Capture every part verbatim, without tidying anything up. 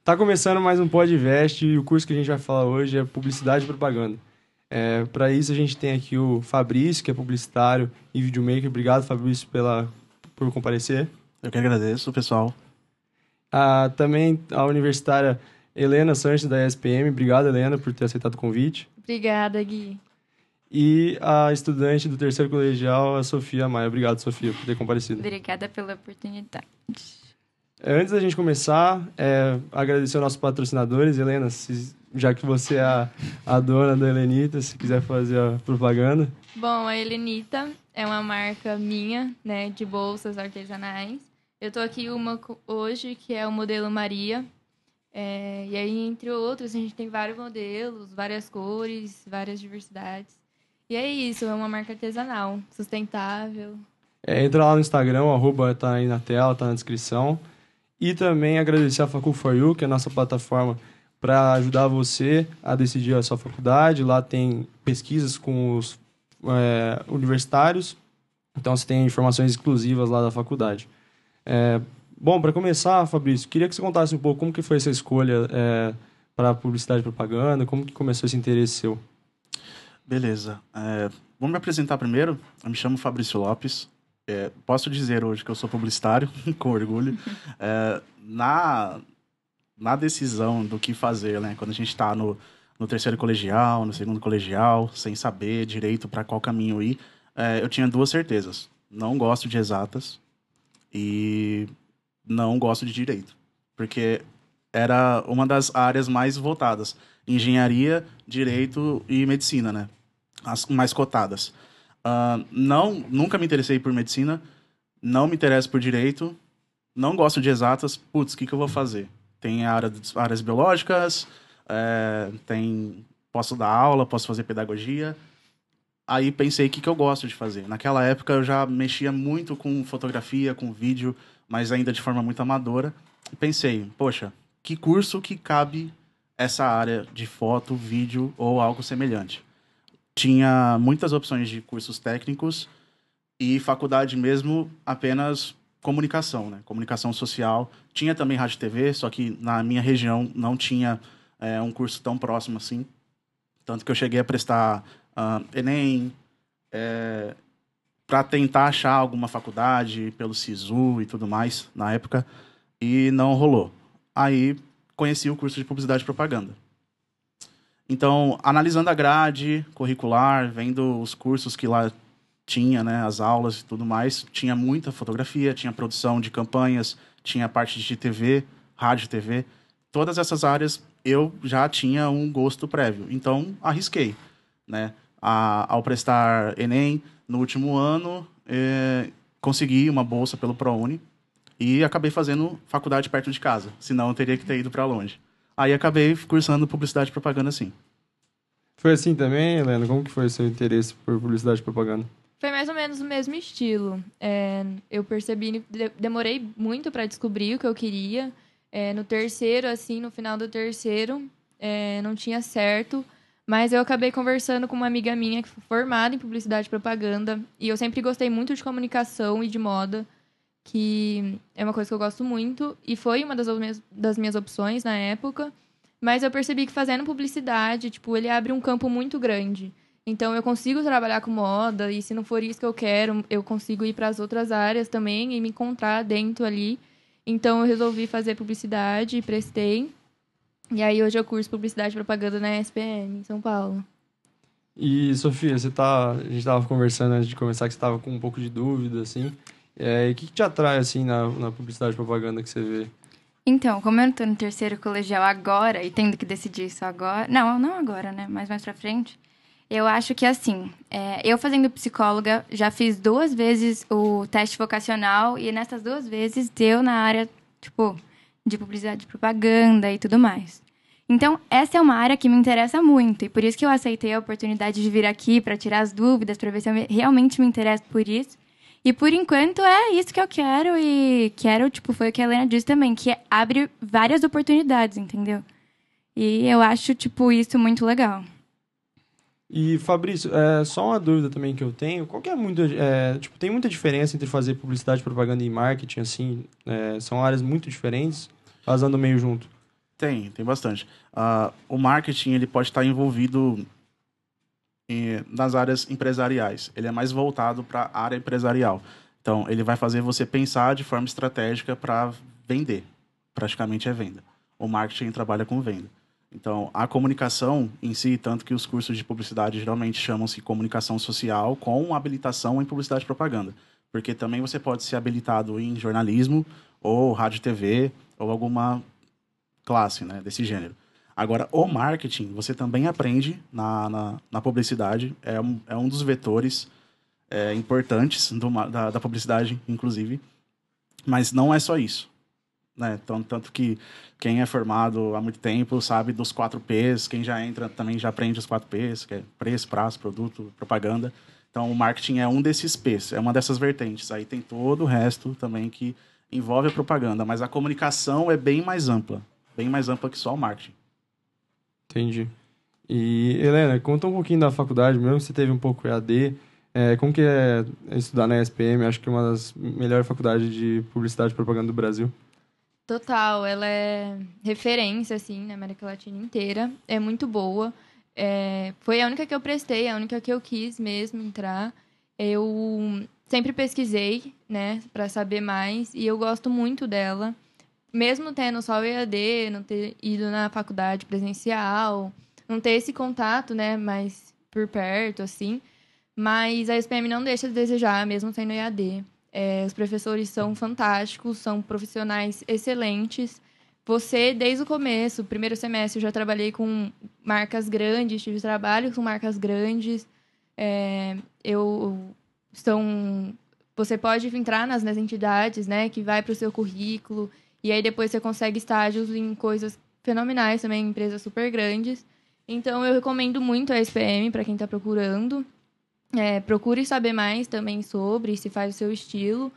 Tá começando mais um podcast e o curso que a gente vai falar hoje é Publicidade e Propaganda. É, para isso a gente tem aqui o Fabrício, que é publicitário e videomaker. Obrigado, Fabrício, pela, por comparecer. Eu que agradeço, pessoal. Ah, também a universitária Helena Sanches, da E S P M. Obrigado, Helena, por ter aceitado o convite. Obrigada, Gui. E a estudante do terceiro colegial, a Sofia Maia. Obrigado, Sofia, por ter comparecido. Obrigada pela oportunidade. Antes da gente começar, é, agradecer aos nossos patrocinadores. Helena, se, já que você é a, a dona da Helenita, se quiser fazer a propaganda. Bom, a Helenita é uma marca minha, né, de bolsas artesanais. Eu tô aqui uma hoje, que é o modelo Maria. É, e aí, entre outros, a gente tem vários modelos, várias cores, várias diversidades. E é isso, é uma marca artesanal, sustentável. É, entra lá no Instagram, o arroba tá aí na tela, tá na descrição. E também agradecer a Facu for You, que é a nossa plataforma para ajudar você a decidir a sua faculdade. Lá tem pesquisas com os é, universitários, então você tem informações exclusivas lá da faculdade. É, bom, para começar, Fabrício, queria que você contasse um pouco como que foi essa escolha é, para publicidade e propaganda, como que começou esse interesse seu. Beleza. É, vou me apresentar primeiro. Eu me chamo Fabrício Lopes. É, posso dizer hoje que eu sou publicitário, com orgulho. É, na, na decisão do que fazer, né? Quando a gente está no, no terceiro colegial, no segundo colegial, sem saber direito para qual caminho ir, é, eu tinha duas certezas. Não gosto de exatas e não gosto de direito. Porque era uma das áreas mais votadas. Engenharia, direito e medicina, né? As mais cotadas. Uh, não, nunca me interessei por medicina, não me interesso por direito, não gosto de exatas. Putz, o que, que eu vou fazer? Tem área, áreas biológicas, é, tem, posso dar aula, posso fazer pedagogia. Aí pensei o que, que eu gosto de fazer. Naquela época eu já mexia muito com fotografia, com vídeo, mas ainda de forma muito amadora. E pensei, poxa, que curso que cabe essa área de foto, vídeo ou algo semelhante? Tinha muitas opções de cursos técnicos e faculdade mesmo apenas comunicação, né? Comunicação social. Tinha também rádio e T V, só que na minha região não tinha é, um curso tão próximo assim. Tanto que eu cheguei a prestar uh, Enem é, para tentar achar alguma faculdade pelo SISU e tudo mais na época e não rolou. Aí conheci o curso de Publicidade e Propaganda. Então, analisando a grade curricular, vendo os cursos que lá tinha, né, as aulas e tudo mais, tinha muita fotografia, tinha produção de campanhas, tinha parte de T V, rádio e T V. Todas essas áreas eu já tinha um gosto prévio. Então, arrisquei, né? A, ao prestar Enem, no último ano, eh, consegui uma bolsa pelo ProUni e acabei fazendo faculdade perto de casa. Senão, eu teria que ter ido para longe. Aí acabei cursando publicidade e propaganda, sim. Foi assim também, Helena? Como que foi o seu interesse por publicidade e propaganda? Foi mais ou menos o mesmo estilo. É, eu percebi, de, demorei muito para descobrir o que eu queria. É, no terceiro, assim, no final do terceiro, é, não tinha certo. Mas eu acabei conversando com uma amiga minha que foi formada em publicidade e propaganda. E eu sempre gostei muito de comunicação e de moda, que é uma coisa que eu gosto muito, e foi uma das minhas, das minhas opções na época, mas eu percebi que fazendo publicidade, tipo, ele abre um campo muito grande. Então, eu consigo trabalhar com moda, e se não for isso que eu quero, eu consigo ir para as outras áreas também e me encontrar dentro ali. Então, eu resolvi fazer publicidade e prestei. E aí, hoje eu curso publicidade e propaganda na E S P M, em São Paulo. E, Sofia, você tá, a gente estava conversando antes de começar que você estava com um pouco de dúvida, assim. É, e o que, que te atrai, assim, na, na publicidade e propaganda que você vê? Então, como eu tô no terceiro colegial agora, e tendo que decidir isso agora... Não, não agora, né? Mas mais pra frente. Eu acho que, assim, é, eu fazendo psicóloga, já fiz duas vezes o teste vocacional, e nessas duas vezes deu na área, tipo, de publicidade e propaganda e tudo mais. Então, essa é uma área que me interessa muito, e por isso que eu aceitei a oportunidade de vir aqui para tirar as dúvidas, para ver se eu realmente me interesso por isso. E, por enquanto, é isso que eu quero. E quero, tipo, foi o que a Helena disse também, que abre várias oportunidades, entendeu? E eu acho, tipo, isso muito legal. E, Fabrício, é, só uma dúvida também que eu tenho. Qual que é muito... É, tipo, tem muita diferença entre fazer publicidade, propaganda e marketing, assim? É, são áreas muito diferentes, elas andam meio junto. Tem, tem bastante. Uh, o marketing ele pode estar envolvido em, nas áreas empresariais. Ele é mais voltado para a área empresarial. Então, ele vai fazer você pensar de forma estratégica para vender. Praticamente é venda. O marketing trabalha com venda. Então, a comunicação em si, tanto que os cursos de publicidade geralmente chamam-se comunicação social com habilitação em publicidade e propaganda. Porque também você pode ser habilitado em jornalismo, ou rádio e T V, ou alguma classe, né, desse gênero. Agora, o marketing, você também aprende na, na, na publicidade. É um, é um dos vetores é, importantes do, da, da publicidade, inclusive. Mas não é só isso. Né? Então, tanto que quem é formado há muito tempo sabe dos quatro P's. Quem já entra também já aprende os quatro P's, que é preço, prazo, produto, propaganda. Então, o marketing é um desses P's, é uma dessas vertentes. Aí tem todo o resto também que envolve a propaganda. Mas a comunicação é bem mais ampla. Bem mais ampla que só o marketing. Entendi. E, Helena, conta um pouquinho da faculdade, mesmo que você teve um pouco E A D, é, como que é estudar na E S P M? Acho que é uma das melhores faculdades de publicidade e propaganda do Brasil. Total, ela é referência, assim, na América Latina inteira. É muito boa. É, foi a única que eu prestei, a única que eu quis mesmo entrar. Eu sempre pesquisei, né, para saber mais, e eu gosto muito dela. Mesmo tendo só o E A D, não ter ido na faculdade presencial, não ter esse contato, né, mais por perto, assim. Mas a S P M não deixa de desejar, mesmo tendo E A D. É, os professores são fantásticos, são profissionais excelentes. Você, desde o começo, primeiro semestre, eu já trabalhei com marcas grandes, tive trabalho com marcas grandes. É, eu são, você pode entrar nas, nas entidades, né, que vai para o seu currículo. E aí depois você consegue estágios em coisas fenomenais também, em empresas super grandes. Então, eu recomendo muito a S P M para quem está procurando. É, procure saber mais também sobre, se faz o seu estilo.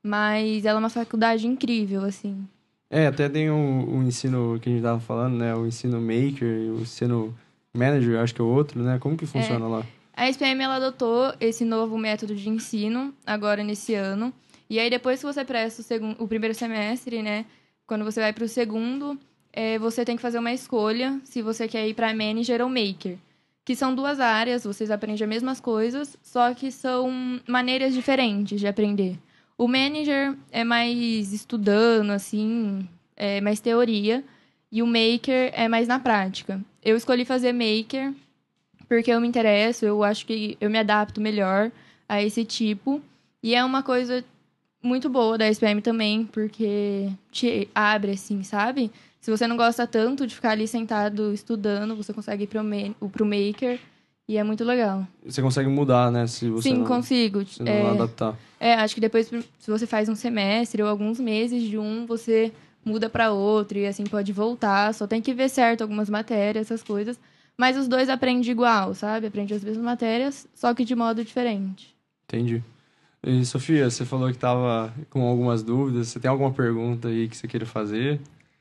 Mas ela é uma faculdade incrível, assim. É, até tem o, o ensino que a gente estava falando, né? O ensino maker e o ensino manager, acho que é o outro, né? Como que funciona é. lá? A S P M, ela adotou esse novo método de ensino, agora nesse ano. E aí, depois que você presta o, segundo, o primeiro semestre, né? Quando você vai para o segundo, é, você tem que fazer uma escolha se você quer ir para manager ou maker. Que são duas áreas, vocês aprendem as mesmas coisas, só que são maneiras diferentes de aprender. O manager é mais estudando, assim, é mais teoria. E o maker é mais na prática. Eu escolhi fazer maker porque eu me interesso, eu acho que eu me adapto melhor a esse tipo. E é uma coisa muito boa da S P M também, porque te abre, assim, sabe? Se você não gosta tanto de ficar ali sentado estudando, você consegue ir pro, ma- pro maker e é muito legal. Você consegue mudar, né? Se você Sim, não, consigo. se não é, adaptar. É, acho que depois, se você faz um semestre ou alguns meses de um, você muda para outro e assim pode voltar. Só tem que ver certo algumas matérias, essas coisas. Mas os dois aprendem igual, sabe? Aprende as mesmas matérias, só que de modo diferente. Entendi. E, Sofia, você falou que estava com algumas dúvidas. Você tem alguma pergunta aí que você queira fazer?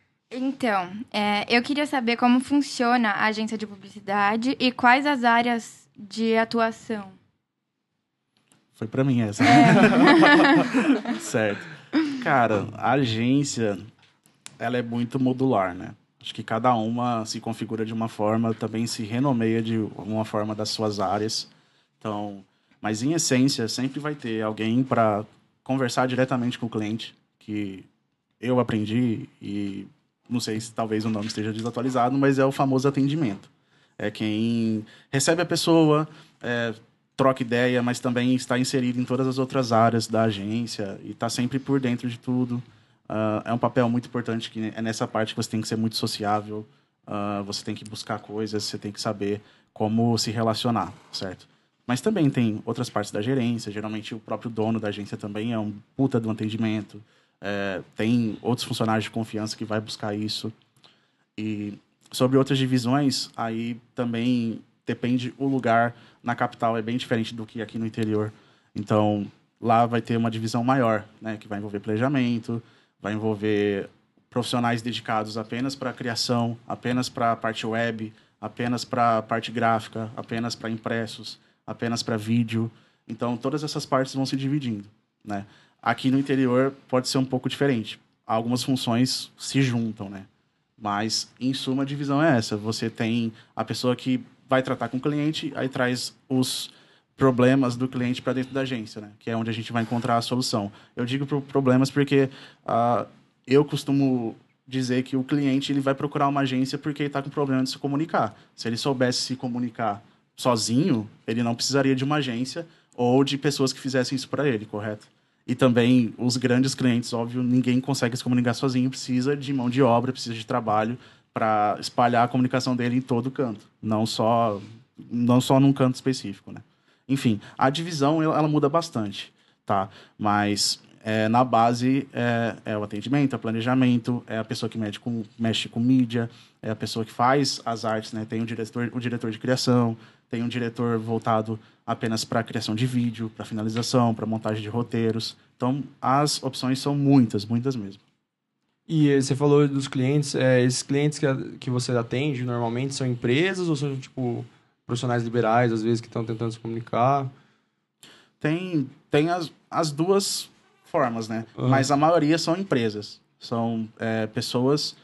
Então, é, eu queria saber como funciona a agência de publicidade e quais as áreas de atuação. Foi para mim essa. É. Certo. Cara, a agência, ela é muito modular, né? Acho que cada uma se configura de uma forma, também se renomeia de uma forma das suas áreas. Então, mas em essência, sempre vai ter alguém para conversar diretamente com o cliente, que eu aprendi e não sei se talvez o nome esteja desatualizado, mas é o famoso atendimento. É quem recebe a pessoa, é, troca ideia, mas também está inserido em todas as outras áreas da agência e está sempre por dentro de tudo. Uh, é um papel muito importante, que é nessa parte que você tem que ser muito sociável, uh, você tem que buscar coisas, você tem que saber como se relacionar, certo? Mas também tem outras partes da gerência, geralmente o próprio dono da agência também é um puta do atendimento, é, tem outros funcionários de confiança que vai buscar isso. E sobre outras divisões, aí também depende o lugar. Na capital é bem diferente do que aqui no interior. Então, lá vai ter uma divisão maior, né, que vai envolver planejamento, vai envolver profissionais dedicados apenas para a criação, apenas para a parte web, apenas para a parte gráfica, apenas para impressos, apenas para vídeo. Então, todas essas partes vão se dividindo, né? Aqui no interior pode ser um pouco diferente. Algumas funções se juntam, né? Mas, em suma, a divisão é essa. Você tem a pessoa que vai tratar com o cliente, aí traz os problemas do cliente para dentro da agência, né? Que é onde a gente vai encontrar a solução. Eu digo pro problemas porque uh, eu costumo dizer que o cliente ele vai procurar uma agência porque ele está com problema de se comunicar. Se ele soubesse se comunicar sozinho, ele não precisaria de uma agência ou de pessoas que fizessem isso para ele, correto? E também os grandes clientes, óbvio, ninguém consegue se comunicar sozinho, precisa de mão de obra, precisa de trabalho para espalhar a comunicação dele em todo canto, não só, não só num canto específico, né? Enfim, a divisão ela muda bastante, tá? Mas é, na base é, é o atendimento, é o planejamento, é a pessoa que mexe com, mexe com mídia, é a pessoa que faz as artes, né? Tem o diretor, o diretor de criação, tem um diretor voltado apenas para a criação de vídeo, para finalização, para montagem de roteiros. Então, as opções são muitas, muitas mesmo. E você falou dos clientes, é, esses clientes que, que você atende normalmente são empresas ou são, tipo, profissionais liberais, às vezes, que estão tentando se comunicar? Tem, tem as, as duas formas, né? Uhum. Mas a maioria são empresas. São é, pessoas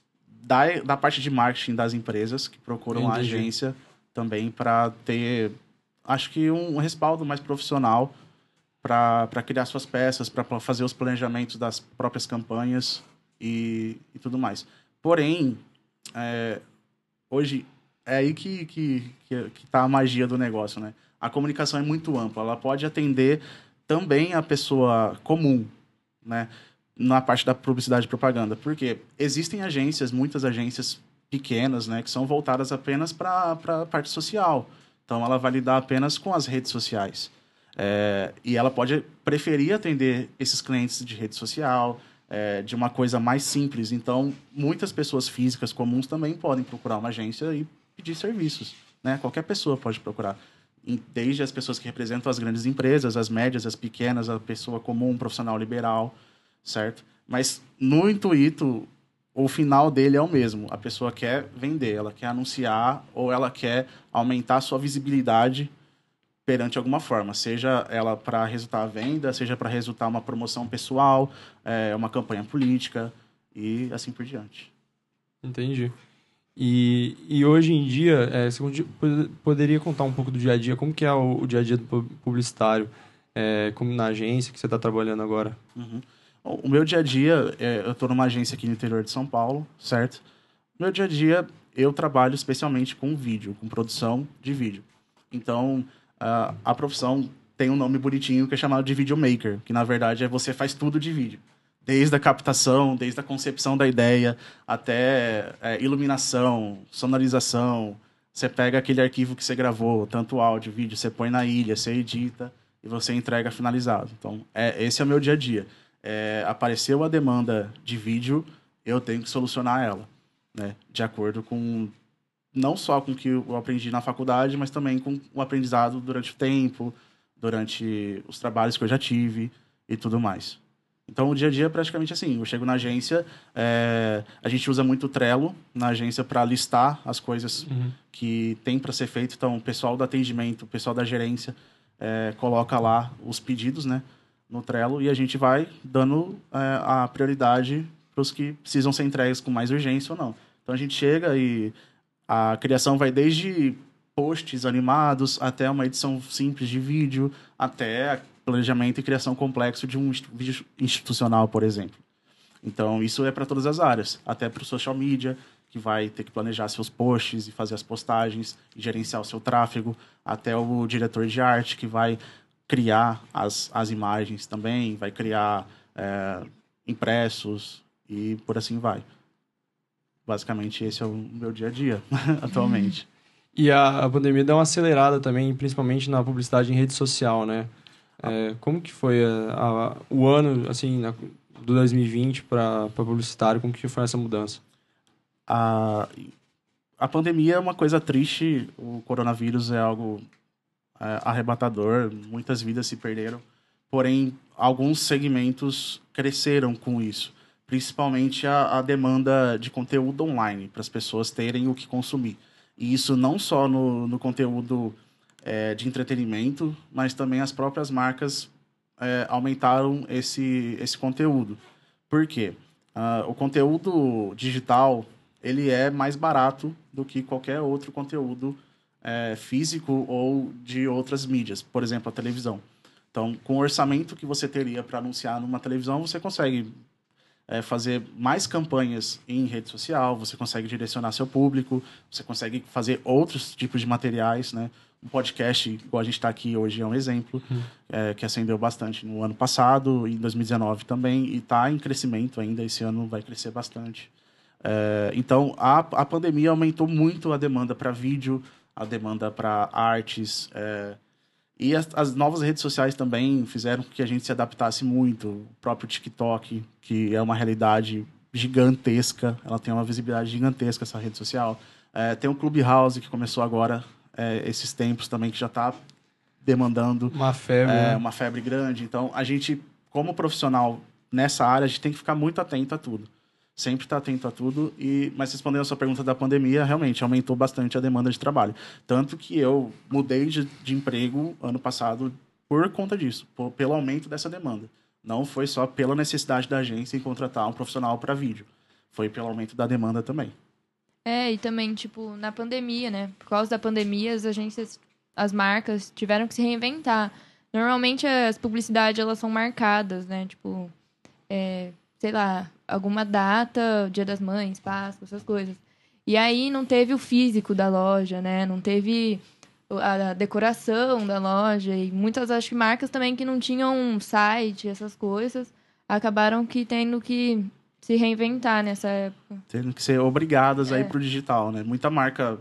da, da parte de marketing das empresas que procuram Entendi. a agência também para ter, acho que, um, um respaldo mais profissional para criar suas peças, para tá os planejamentos das próprias campanhas e, e tudo mais. Porém, é, hoje é aí que que, que que tá a magia do negócio, né? A comunicação é muito ampla, ela pode atender também a pessoa comum, né? Na parte da publicidade e propaganda, porque existem agências, muitas agências pequenas, né, que são voltadas apenas para a parte social. Então, ela vai lidar apenas com as redes sociais. É, e ela pode preferir atender esses clientes de rede social, é, de uma coisa mais simples. Então, muitas pessoas físicas comuns também podem procurar uma agência e pedir serviços, né? Qualquer pessoa pode procurar. Desde as pessoas que representam as grandes empresas, as médias, as pequenas, a pessoa comum, um profissional liberal, certo? Mas, no intuito, o final dele é o mesmo. A pessoa quer vender, ela quer anunciar ou ela quer aumentar a sua visibilidade perante alguma forma, seja ela para resultar a venda, seja para resultar uma promoção pessoal, é, uma campanha política e assim por diante. Entendi. E, e hoje em dia, é, você poderia contar um pouco do dia a dia? Como que é o, o dia a dia do publicitário? É, como na agência que você está trabalhando agora? Uhum. O meu dia a dia, é, eu estou numa agência aqui no interior de São Paulo, certo? Meu dia a dia, eu trabalho especialmente com vídeo, com produção de vídeo. Então, a, a profissão tem um nome bonitinho que é chamado de videomaker, que na verdade é você faz tudo de vídeo. Desde a captação, desde a concepção da ideia, até é, iluminação, sonorização. Você pega aquele arquivo que você gravou, tanto áudio, vídeo, você põe na ilha, você edita e você entrega finalizado. Então, é, esse é o meu dia a dia. É, apareceu a demanda de vídeo, eu tenho que solucionar ela, né? De acordo com, não só com o que eu aprendi na faculdade, mas também com o aprendizado durante o tempo, durante os trabalhos que eu já tive e tudo mais. Então, o dia a dia é praticamente assim. Eu chego na agência, é, a gente usa muito o Trello na agência para listar as coisas uhum. que tem para ser feito. Então, o pessoal do atendimento, o pessoal da gerência, é, coloca lá os pedidos, né, no Trello e a gente vai dando é, a prioridade para os que precisam ser entregues com mais urgência ou não. Então, a gente chega e a criação vai desde posts animados até uma edição simples de vídeo, até planejamento e criação complexo de um vídeo institucional, por exemplo. Então, isso é para todas as áreas. Até para o social media, que vai ter que planejar seus posts e fazer as postagens, e gerenciar o seu tráfego. Até o diretor de arte, que vai criar as, as imagens também, vai criar é, impressos e por assim vai. Basicamente, esse é o meu dia a dia, atualmente. E a, a pandemia deu uma acelerada também, principalmente na publicidade em rede social, né? É, como que foi a, a, o ano, assim, na, do dois mil e vinte para publicitário? Como que foi essa mudança? A, a pandemia é uma coisa triste. O coronavírus é algo é, arrebatador. Muitas vidas se perderam. Porém, alguns segmentos cresceram com isso. Principalmente a, a demanda de conteúdo online, para as pessoas terem o que consumir. E isso não só no, no conteúdo É, de entretenimento, mas também as próprias marcas é, aumentaram esse, esse conteúdo. Por quê? Uh, o conteúdo digital, ele é mais barato do que qualquer outro conteúdo é, físico ou de outras mídias, por exemplo, a televisão. Então, com o orçamento que você teria para anunciar numa televisão, você consegue é, fazer mais campanhas em rede social, você consegue direcionar seu público, você consegue fazer outros tipos de materiais, né? Um podcast, igual a gente está aqui hoje, é um exemplo, hum. é, que acendeu bastante no ano passado, em dois mil e dezenove também, e está em crescimento ainda, esse ano vai crescer bastante. É, então, a, a pandemia aumentou muito a demanda para vídeo, a demanda para artes, é, e as, as novas redes sociais também fizeram com que a gente se adaptasse muito. O próprio TikTok, que é uma realidade gigantesca, ela tem uma visibilidade gigantesca, essa rede social. É, tem o Clubhouse, que começou agora, é, esses tempos também, que já está demandando uma febre, é, né? uma febre grande. Então, a gente, como profissional nessa área, a gente tem que ficar muito atento a tudo. Sempre estar atento a tudo. E, mas respondendo a sua pergunta da pandemia, realmente aumentou bastante a demanda de trabalho. Tanto que eu mudei de, de emprego ano passado por conta disso, por, pelo aumento dessa demanda. Não foi só pela necessidade da agência em contratar um profissional para vídeo. Foi pelo aumento da demanda também. É, e também, tipo, na pandemia, né? Por causa da pandemia, as agências, as marcas tiveram que se reinventar. Normalmente, as publicidades, elas são marcadas, né? Tipo, é, sei lá, alguma data, Dia das Mães, Páscoa, essas coisas. E aí não teve o físico da loja, né? Não teve a decoração da loja. E muitas, acho que, marcas também que não tinham um site, essas coisas, acabaram que tendo que se reinventar nessa época. Tendo que ser obrigadas É. a ir pro digital, né? Muita marca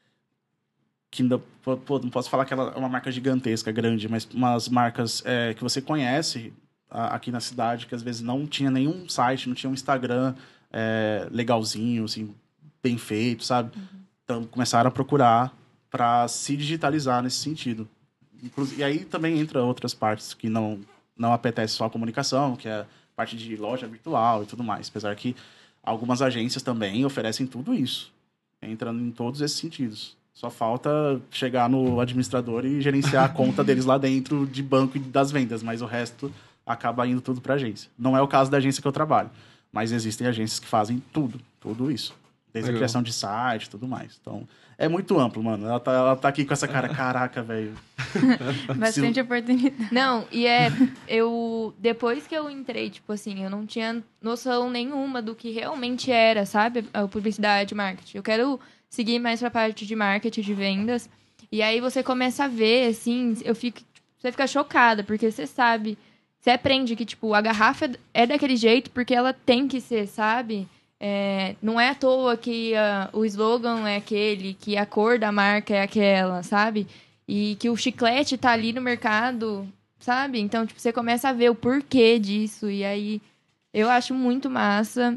que ainda, pô, não posso falar que ela é uma marca gigantesca, grande, mas umas marcas é, que você conhece a, aqui na cidade, que às vezes não tinha nenhum site, não tinha um Instagram é, legalzinho, assim, bem feito, sabe? Uhum. Então, começaram a procurar para se digitalizar nesse sentido. Inclusive, e aí também entra outras partes que não, não apetece só a comunicação, que é parte de loja virtual e tudo mais. Apesar que algumas agências também oferecem tudo isso. Entrando em todos esses sentidos. Só falta chegar no administrador e gerenciar a conta deles lá dentro de banco e das vendas. Mas o resto acaba indo tudo para a agência. Não é o caso da agência que eu trabalho. Mas existem agências que fazem tudo. Tudo isso. Desde Legal. a criação de site e tudo mais. Então, é muito amplo, mano. Ela tá, ela tá aqui com essa cara, caraca, velho. Bastante oportunidade. Não, e é... Eu... Depois que eu entrei, tipo assim, eu não tinha noção nenhuma do que realmente era, sabe? A publicidade e marketing. Eu quero seguir mais pra parte de marketing, de vendas. E aí você começa a ver, assim... Eu fico... Você fica chocada, porque você sabe... Você aprende que, tipo, a garrafa é daquele jeito porque ela tem que ser, sabe? É, não é à toa que uh, o slogan é aquele, que a cor da marca é aquela, sabe? E que o chiclete tá ali no mercado, sabe? Então, tipo, você começa a ver o porquê disso. E aí, eu acho muito massa.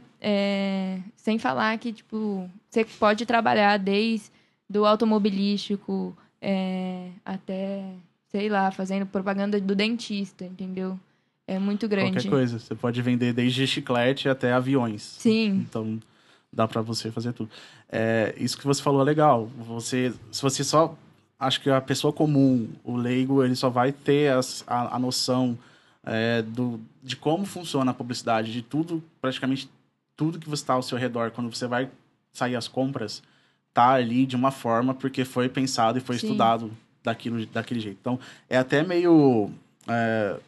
É, sem falar que, tipo, você pode trabalhar desde do automobilístico é, até, sei lá, fazendo propaganda do dentista, entendeu? É muito grande. Qualquer coisa. Você pode vender desde chiclete até aviões. Sim. Então, dá pra você fazer tudo. É, isso que você falou é legal. Você, se você só... Acho que a pessoa comum, o leigo, ele só vai ter as, a, a noção é, do, de como funciona a publicidade, de tudo, praticamente tudo que você está ao seu redor. Quando você vai sair às compras, tá ali de uma forma porque foi pensado e foi Sim. estudado daquilo, daquele jeito. Então, é até meio... É,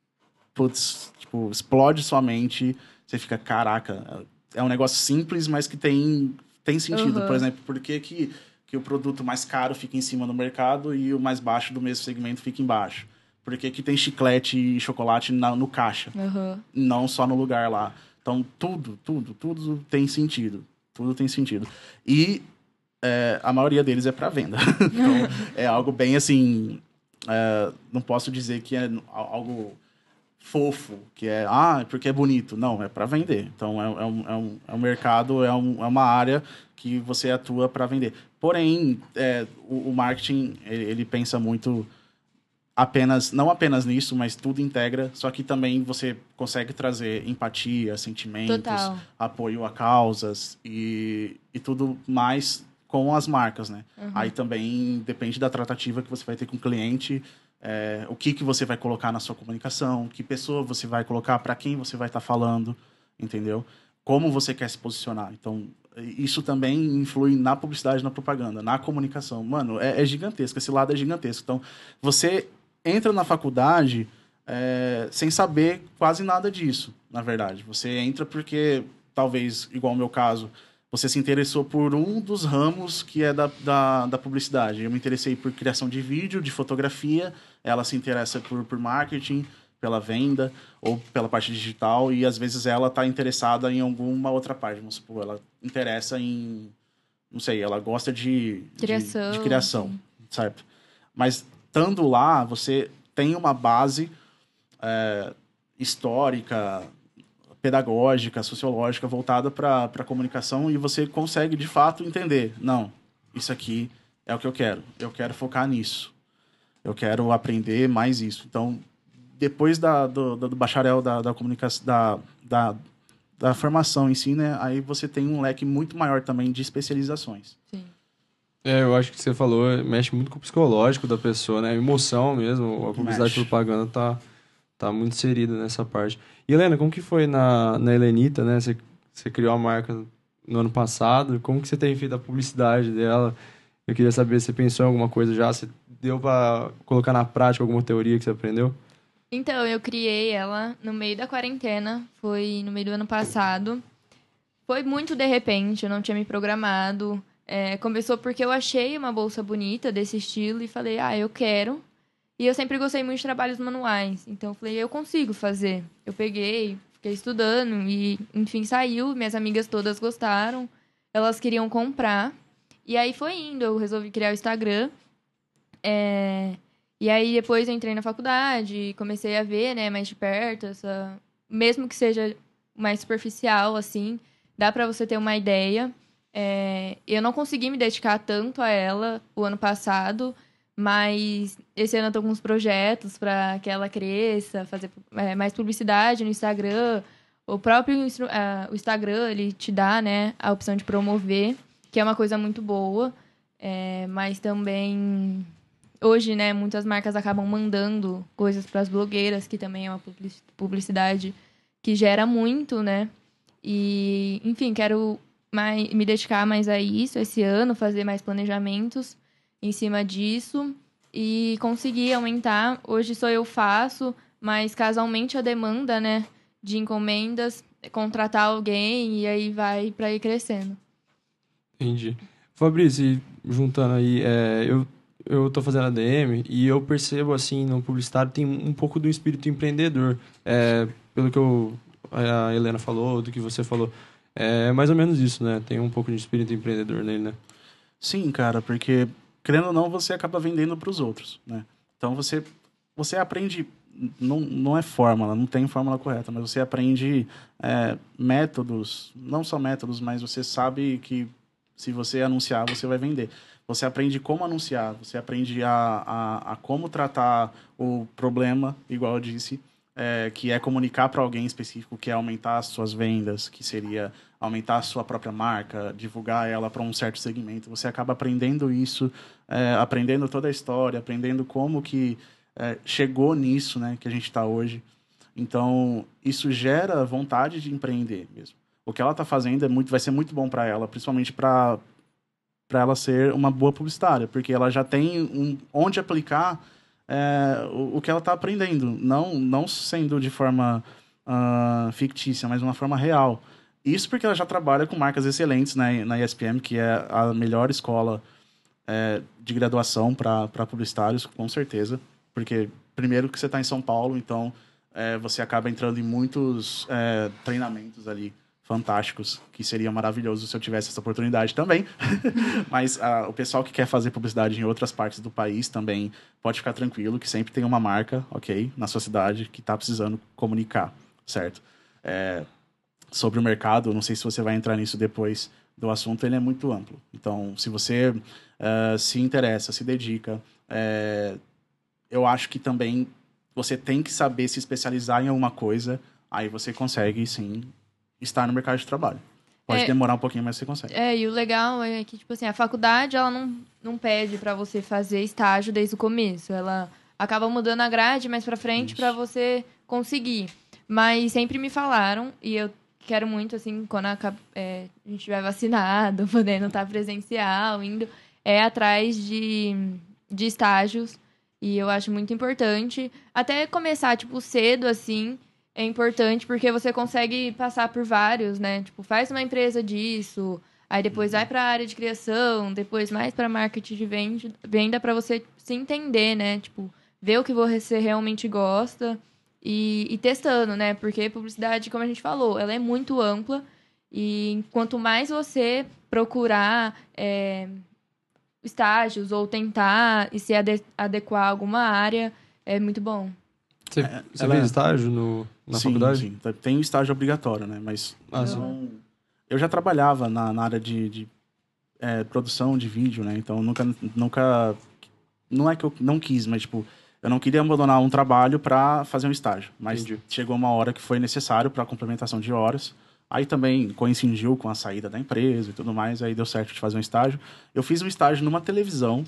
putz, tipo, explode sua mente, você fica, caraca, é um negócio simples, mas que tem, tem sentido. Uhum. Por exemplo, por que, que, que o produto mais caro fica em cima no mercado e o mais baixo do mesmo segmento fica embaixo? Por que, que tem chiclete e chocolate na, no caixa? Uhum. Não só no lugar lá. Então, tudo, tudo, tudo tem sentido. Tudo tem sentido. E é, a maioria deles é para venda. Então, é algo bem assim... É, não posso dizer que é algo... fofo, que é, ah, porque é bonito. Não, é para vender. Então, é, é, um, é, um, é um mercado, é, um, é uma área que você atua para vender. Porém, é, o, o marketing, ele, ele pensa muito apenas, não apenas nisso, mas tudo integra, só que também você consegue trazer empatia, sentimentos, Total. apoio a causas e, e tudo mais com as marcas, né? Uhum. Aí também depende da tratativa que você vai ter com o cliente. É, o que, que você vai colocar na sua comunicação, que pessoa você vai colocar, para quem você vai estar tá falando, entendeu? Como você quer se posicionar. Então, isso também influi na publicidade, na propaganda, na comunicação. Mano, é, é gigantesco, esse lado é gigantesco. Então, você entra na faculdade é, sem saber quase nada disso, na verdade. Você entra porque, talvez, igual o meu caso, você se interessou por um dos ramos que é da, da, da publicidade. Eu me interessei por criação de vídeo, de fotografia, ela se interessa por, por marketing, pela venda ou pela parte digital, e às vezes ela está interessada em alguma outra parte. Vamos supor, ela interessa em, não sei, ela gosta de Criação. de, de criação, certo? Mas, estando lá, você tem uma base é, histórica, pedagógica, sociológica, voltada para a comunicação, e você consegue, de fato, entender. Não, isso aqui é o que eu quero. Eu quero focar nisso. Eu quero aprender mais isso. Então, depois da, do, do bacharel da, da comunicação, da, da, da formação em si, né, aí você tem um leque muito maior também de especializações. Sim. É, eu acho que você falou, mexe muito com o psicológico da pessoa, né? A emoção mesmo, a publicidade e propaganda tá, tá muito inserida nessa parte. E, Helena, como que foi na, na Helenita, né? Você, você criou a marca no ano passado, como que você tem feito a publicidade dela? Eu queria saber se você pensou em alguma coisa já, se deu para colocar na prática alguma teoria que você aprendeu? Então, eu criei ela no meio da quarentena, foi no meio do ano passado. Foi muito de repente, eu não tinha me programado. É, começou porque eu achei uma bolsa bonita desse estilo e falei, ah, eu quero. E eu sempre gostei muito de trabalhos manuais, então eu falei, eu consigo fazer. Eu peguei, fiquei estudando e, enfim, saiu. Minhas amigas todas gostaram, elas queriam comprar. E aí foi indo, eu resolvi criar o Instagram. É... E aí depois eu entrei na faculdade, comecei a ver, né, mais de perto, essa... mesmo que seja mais superficial, assim, dá pra você ter uma ideia. É... Eu não consegui me dedicar tanto a ela o ano passado, mas esse ano eu tô com uns projetos pra que ela cresça, fazer é, mais publicidade no Instagram. O próprio uh, o Instagram, ele te dá, né, a opção de promover, que é uma coisa muito boa, é... mas também... Hoje, né, muitas marcas acabam mandando coisas para as blogueiras, que também é uma publicidade que gera muito, né? E, enfim, quero mais, me dedicar mais a isso esse ano, fazer mais planejamentos em cima disso e conseguir aumentar. Hoje só eu faço, mas caso aumente a demanda, né, de encomendas, contratar alguém e aí vai para ir crescendo. Entendi. Fabrício, e juntando aí, é, eu... eu tô fazendo A D M e eu percebo, assim, no publicitário tem um pouco do espírito empreendedor. É, pelo que eu, a Helena falou, do que você falou. É mais ou menos isso, né? Tem um pouco de espírito empreendedor nele, né? Sim, cara, porque, querendo ou não, você acaba vendendo para os outros, né? Então, você, você aprende... Não, não é fórmula, não tem fórmula correta, mas você aprende é, métodos, não só métodos, mas você sabe que se você anunciar, você vai vender. Você aprende como anunciar, você aprende a, a, a como tratar o problema, igual eu disse, é, que é comunicar para alguém específico, que é aumentar as suas vendas, que seria aumentar a sua própria marca, divulgar ela para um certo segmento. Você acaba aprendendo isso, é, aprendendo toda a história, aprendendo como que é, chegou nisso, né, que a gente está hoje. Então, isso gera vontade de empreender mesmo. O que ela está fazendo é muito, vai ser muito bom para ela, principalmente para para ela ser uma boa publicitária, porque ela já tem um, onde aplicar é, o, o que ela está aprendendo, não, não sendo de forma uh, fictícia, mas de uma forma real. Isso porque ela já trabalha com marcas excelentes, né, na E S P M, que é a melhor escola é, de graduação para publicitários, com certeza, porque primeiro que você está em São Paulo, então é, você acaba entrando em muitos é, treinamentos ali fantásticos, que seria maravilhoso se eu tivesse essa oportunidade também. Mas uh, o pessoal que quer fazer publicidade em outras partes do país também pode ficar tranquilo, que sempre tem uma marca, ok, na sua cidade que está precisando comunicar, certo? É, sobre o mercado, não sei se você vai entrar nisso depois do assunto, ele é muito amplo. Então, se você uh, se interessa, se dedica, é, eu acho que também você tem que saber se especializar em alguma coisa, aí você consegue, sim, estar no mercado de trabalho. Pode é, demorar um pouquinho, mas você consegue. É, e o legal é que, tipo assim, a faculdade, ela não, não pede pra você fazer estágio desde o começo. Ela acaba mudando a grade mais pra frente para você conseguir. Mas sempre me falaram, e eu quero muito, assim, quando a, é, a gente estiver vacinado, podendo estar presencial, indo, é atrás de, de estágios. E eu acho muito importante. Até começar, tipo, cedo, assim, é importante, porque você consegue passar por vários, né? Tipo, faz uma empresa disso, aí depois vai para a área de criação, depois mais para marketing de venda, para você se entender, né? Tipo, ver o que você realmente gosta e, e testando, né? Porque publicidade, como a gente falou, ela é muito ampla e quanto mais você procurar é, estágios ou tentar e se ade- adequar a alguma área, é muito bom. Você, É, você ela- fez estágio no, na sim, faculdade? Sim, tem o estágio obrigatório, né? Mas Ah, não... eu já trabalhava na, na área de, de é, produção de vídeo, né? Então, nunca, nunca... Não é que eu não quis, mas, tipo, eu não queria abandonar um trabalho para fazer um estágio. Mas Entendi. chegou uma hora que foi necessário para complementação de horas. Aí também coincidiu com a saída da empresa e tudo mais. Aí deu certo de fazer um estágio. Eu fiz um estágio numa televisão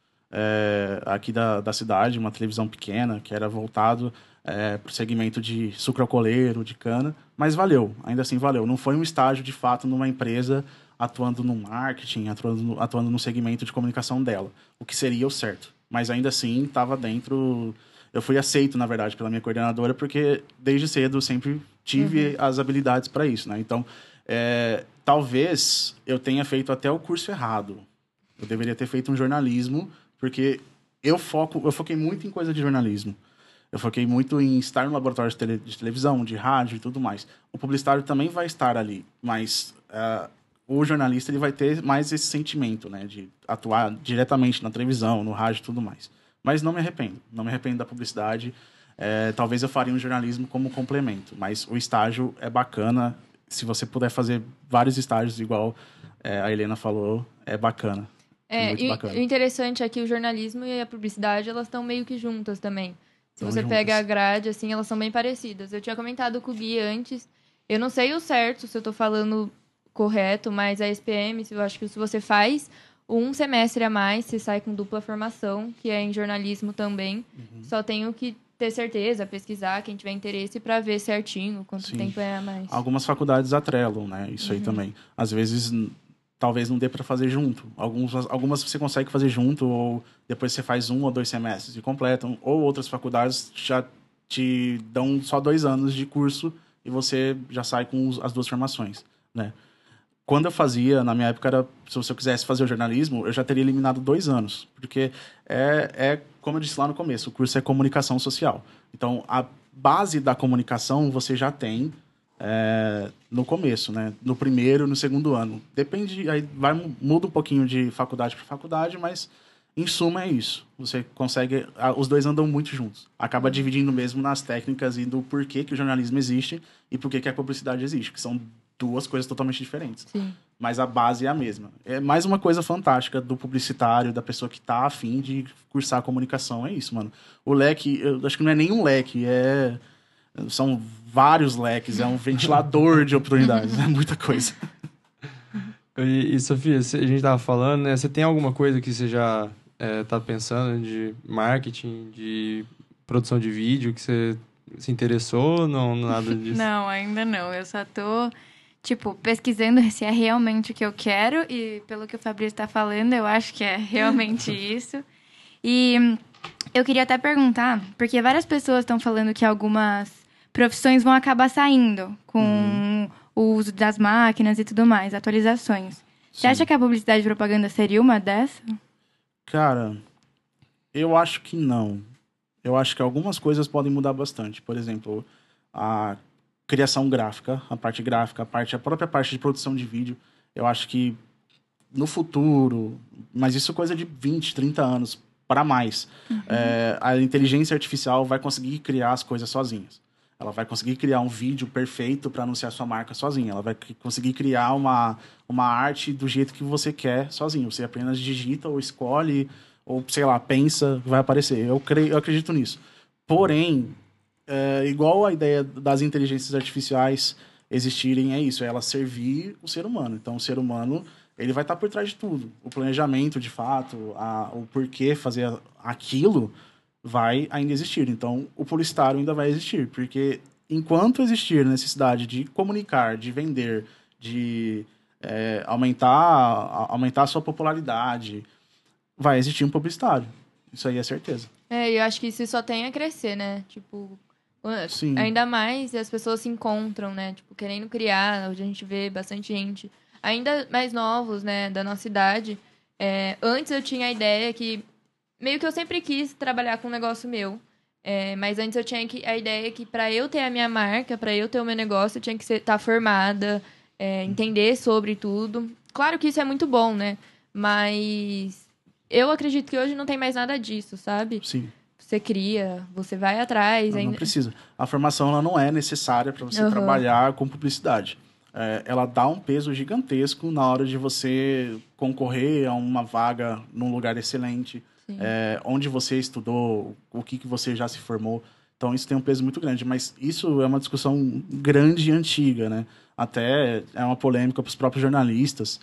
é, aqui da, da cidade, uma televisão pequena, que era voltado é, para o segmento de sucroalcooleiro, de cana. Mas valeu, ainda assim valeu. Não foi um estágio, de fato, numa empresa atuando no marketing, atuando no, atuando no segmento de comunicação dela. O que seria o certo. Mas ainda assim, estava dentro... Eu fui aceito, na verdade, pela minha coordenadora, porque desde cedo eu sempre tive uhum. as habilidades para isso, né? Então, é, talvez eu tenha feito até o curso errado. Eu deveria ter feito um jornalismo, porque eu foco, eu foquei muito em coisa de jornalismo. Eu foquei muito em estar no laboratório de, tele, de televisão, de rádio e tudo mais. O publicitário também vai estar ali, mas uh, o jornalista ele vai ter mais esse sentimento, né, de atuar diretamente na televisão, no rádio e tudo mais. Mas não me arrependo, não me arrependo da publicidade. É, talvez eu faria um jornalismo como complemento, mas o estágio é bacana. Se você puder fazer vários estágios, igual é, a Helena falou, é bacana. É, muito e bacana. o interessante é que o jornalismo e a publicidade, elas estão meio que juntas também. Se Tão você juntas. pega a grade, assim, elas são bem parecidas. Eu tinha comentado com o Gui antes, eu não sei o certo, se eu tô falando correto, mas a S P M, eu acho que se você faz um semestre a mais, você sai com dupla formação, que é em jornalismo também. Uhum. Só tenho que ter certeza, pesquisar, quem tiver interesse, para ver certinho quanto Sim. tempo é a mais. Algumas faculdades atrelam, né? Isso uhum. aí também. Às vezes... talvez não dê para fazer junto. Alguns, algumas você consegue fazer junto, ou depois você faz um ou dois semestres e completam. Ou outras faculdades já te dão só dois anos de curso e você já sai com as duas formações, né? Quando eu fazia, na minha época, era, se eu quisesse fazer o jornalismo, eu já teria eliminado dois anos. Porque é, é, como eu disse lá no começo, o curso é comunicação social. Então, a base da comunicação você já tem É, no começo, né? No primeiro, no segundo ano. Depende, aí vai, muda um pouquinho de faculdade para faculdade, mas em suma é isso. Você consegue, os dois andam muito juntos. Acaba dividindo mesmo nas técnicas e do porquê que o jornalismo existe e porquê que a publicidade existe, que são duas coisas totalmente diferentes. Sim. Mas a base é a mesma. É mais uma coisa fantástica do publicitário, da pessoa que tá afim de cursar a comunicação. É isso, mano. O leque, eu acho que não é nem um leque, é... são vários leques, é um ventilador de oportunidades, é muita coisa. E, e Sofia, a gente tava falando, né? Você tem alguma coisa que você já é, tá pensando de marketing, de produção de vídeo, que você se interessou? Não, nada disso? Não, ainda não. Eu só tô, tipo, pesquisando se é realmente o que eu quero e pelo que o Fabrício tá falando, eu acho que é realmente isso. E eu queria até perguntar, porque várias pessoas estão falando que algumas profissões vão acabar saindo com uhum. o uso das máquinas e tudo mais, atualizações. Sim. Você acha que a publicidade e propaganda seria uma dessa? Cara, eu acho que não. Eu acho que algumas coisas podem mudar bastante. Por exemplo, a criação gráfica, a parte gráfica, a, parte, a própria parte de produção de vídeo. Eu acho que no futuro, mas isso é coisa de vinte, trinta anos para mais, uhum. é, a inteligência artificial vai conseguir criar as coisas sozinhas. Ela vai conseguir criar um vídeo perfeito para anunciar sua marca sozinha. Ela vai conseguir criar uma, uma arte do jeito que você quer sozinho. Você apenas digita ou escolhe, ou, sei lá, pensa, vai aparecer. Eu, creio, eu acredito nisso. Porém, é, igual a ideia das inteligências artificiais existirem, é isso. É ela servir o ser humano. Então, o ser humano, ele vai estar por trás de tudo. O planejamento, de fato, a, o porquê fazer aquilo... vai ainda existir. Então, o publicitário ainda vai existir, porque enquanto existir necessidade de comunicar, de vender, de é, aumentar, a, aumentar a sua popularidade, vai existir um publicitário. Isso aí é certeza. É, eu acho que isso só tem a crescer, né? Tipo, Sim. ainda mais as pessoas se encontram, né? Tipo, querendo criar. Hoje a gente vê bastante gente, ainda mais novos, né? Da nossa idade. É, antes eu tinha a ideia que... Meio que eu sempre quis trabalhar com um negócio meu. É, mas antes eu tinha que, a ideia que para eu ter a minha marca, para eu ter o meu negócio, eu tinha que estar tá formada, é, entender sobre tudo. Claro que isso é muito bom, né? Mas eu acredito que hoje não tem mais nada disso, sabe? Sim. Você cria, você vai atrás. Não, ainda... não precisa. A formação ela não é necessária para você Uhum. trabalhar com publicidade. É, ela dá um peso gigantesco na hora de você concorrer a uma vaga num lugar excelente, é, onde você estudou, o que, que você já se formou. Então, isso tem um peso muito grande. Mas isso é uma discussão grande e antiga, né? Até é uma polêmica para os próprios jornalistas.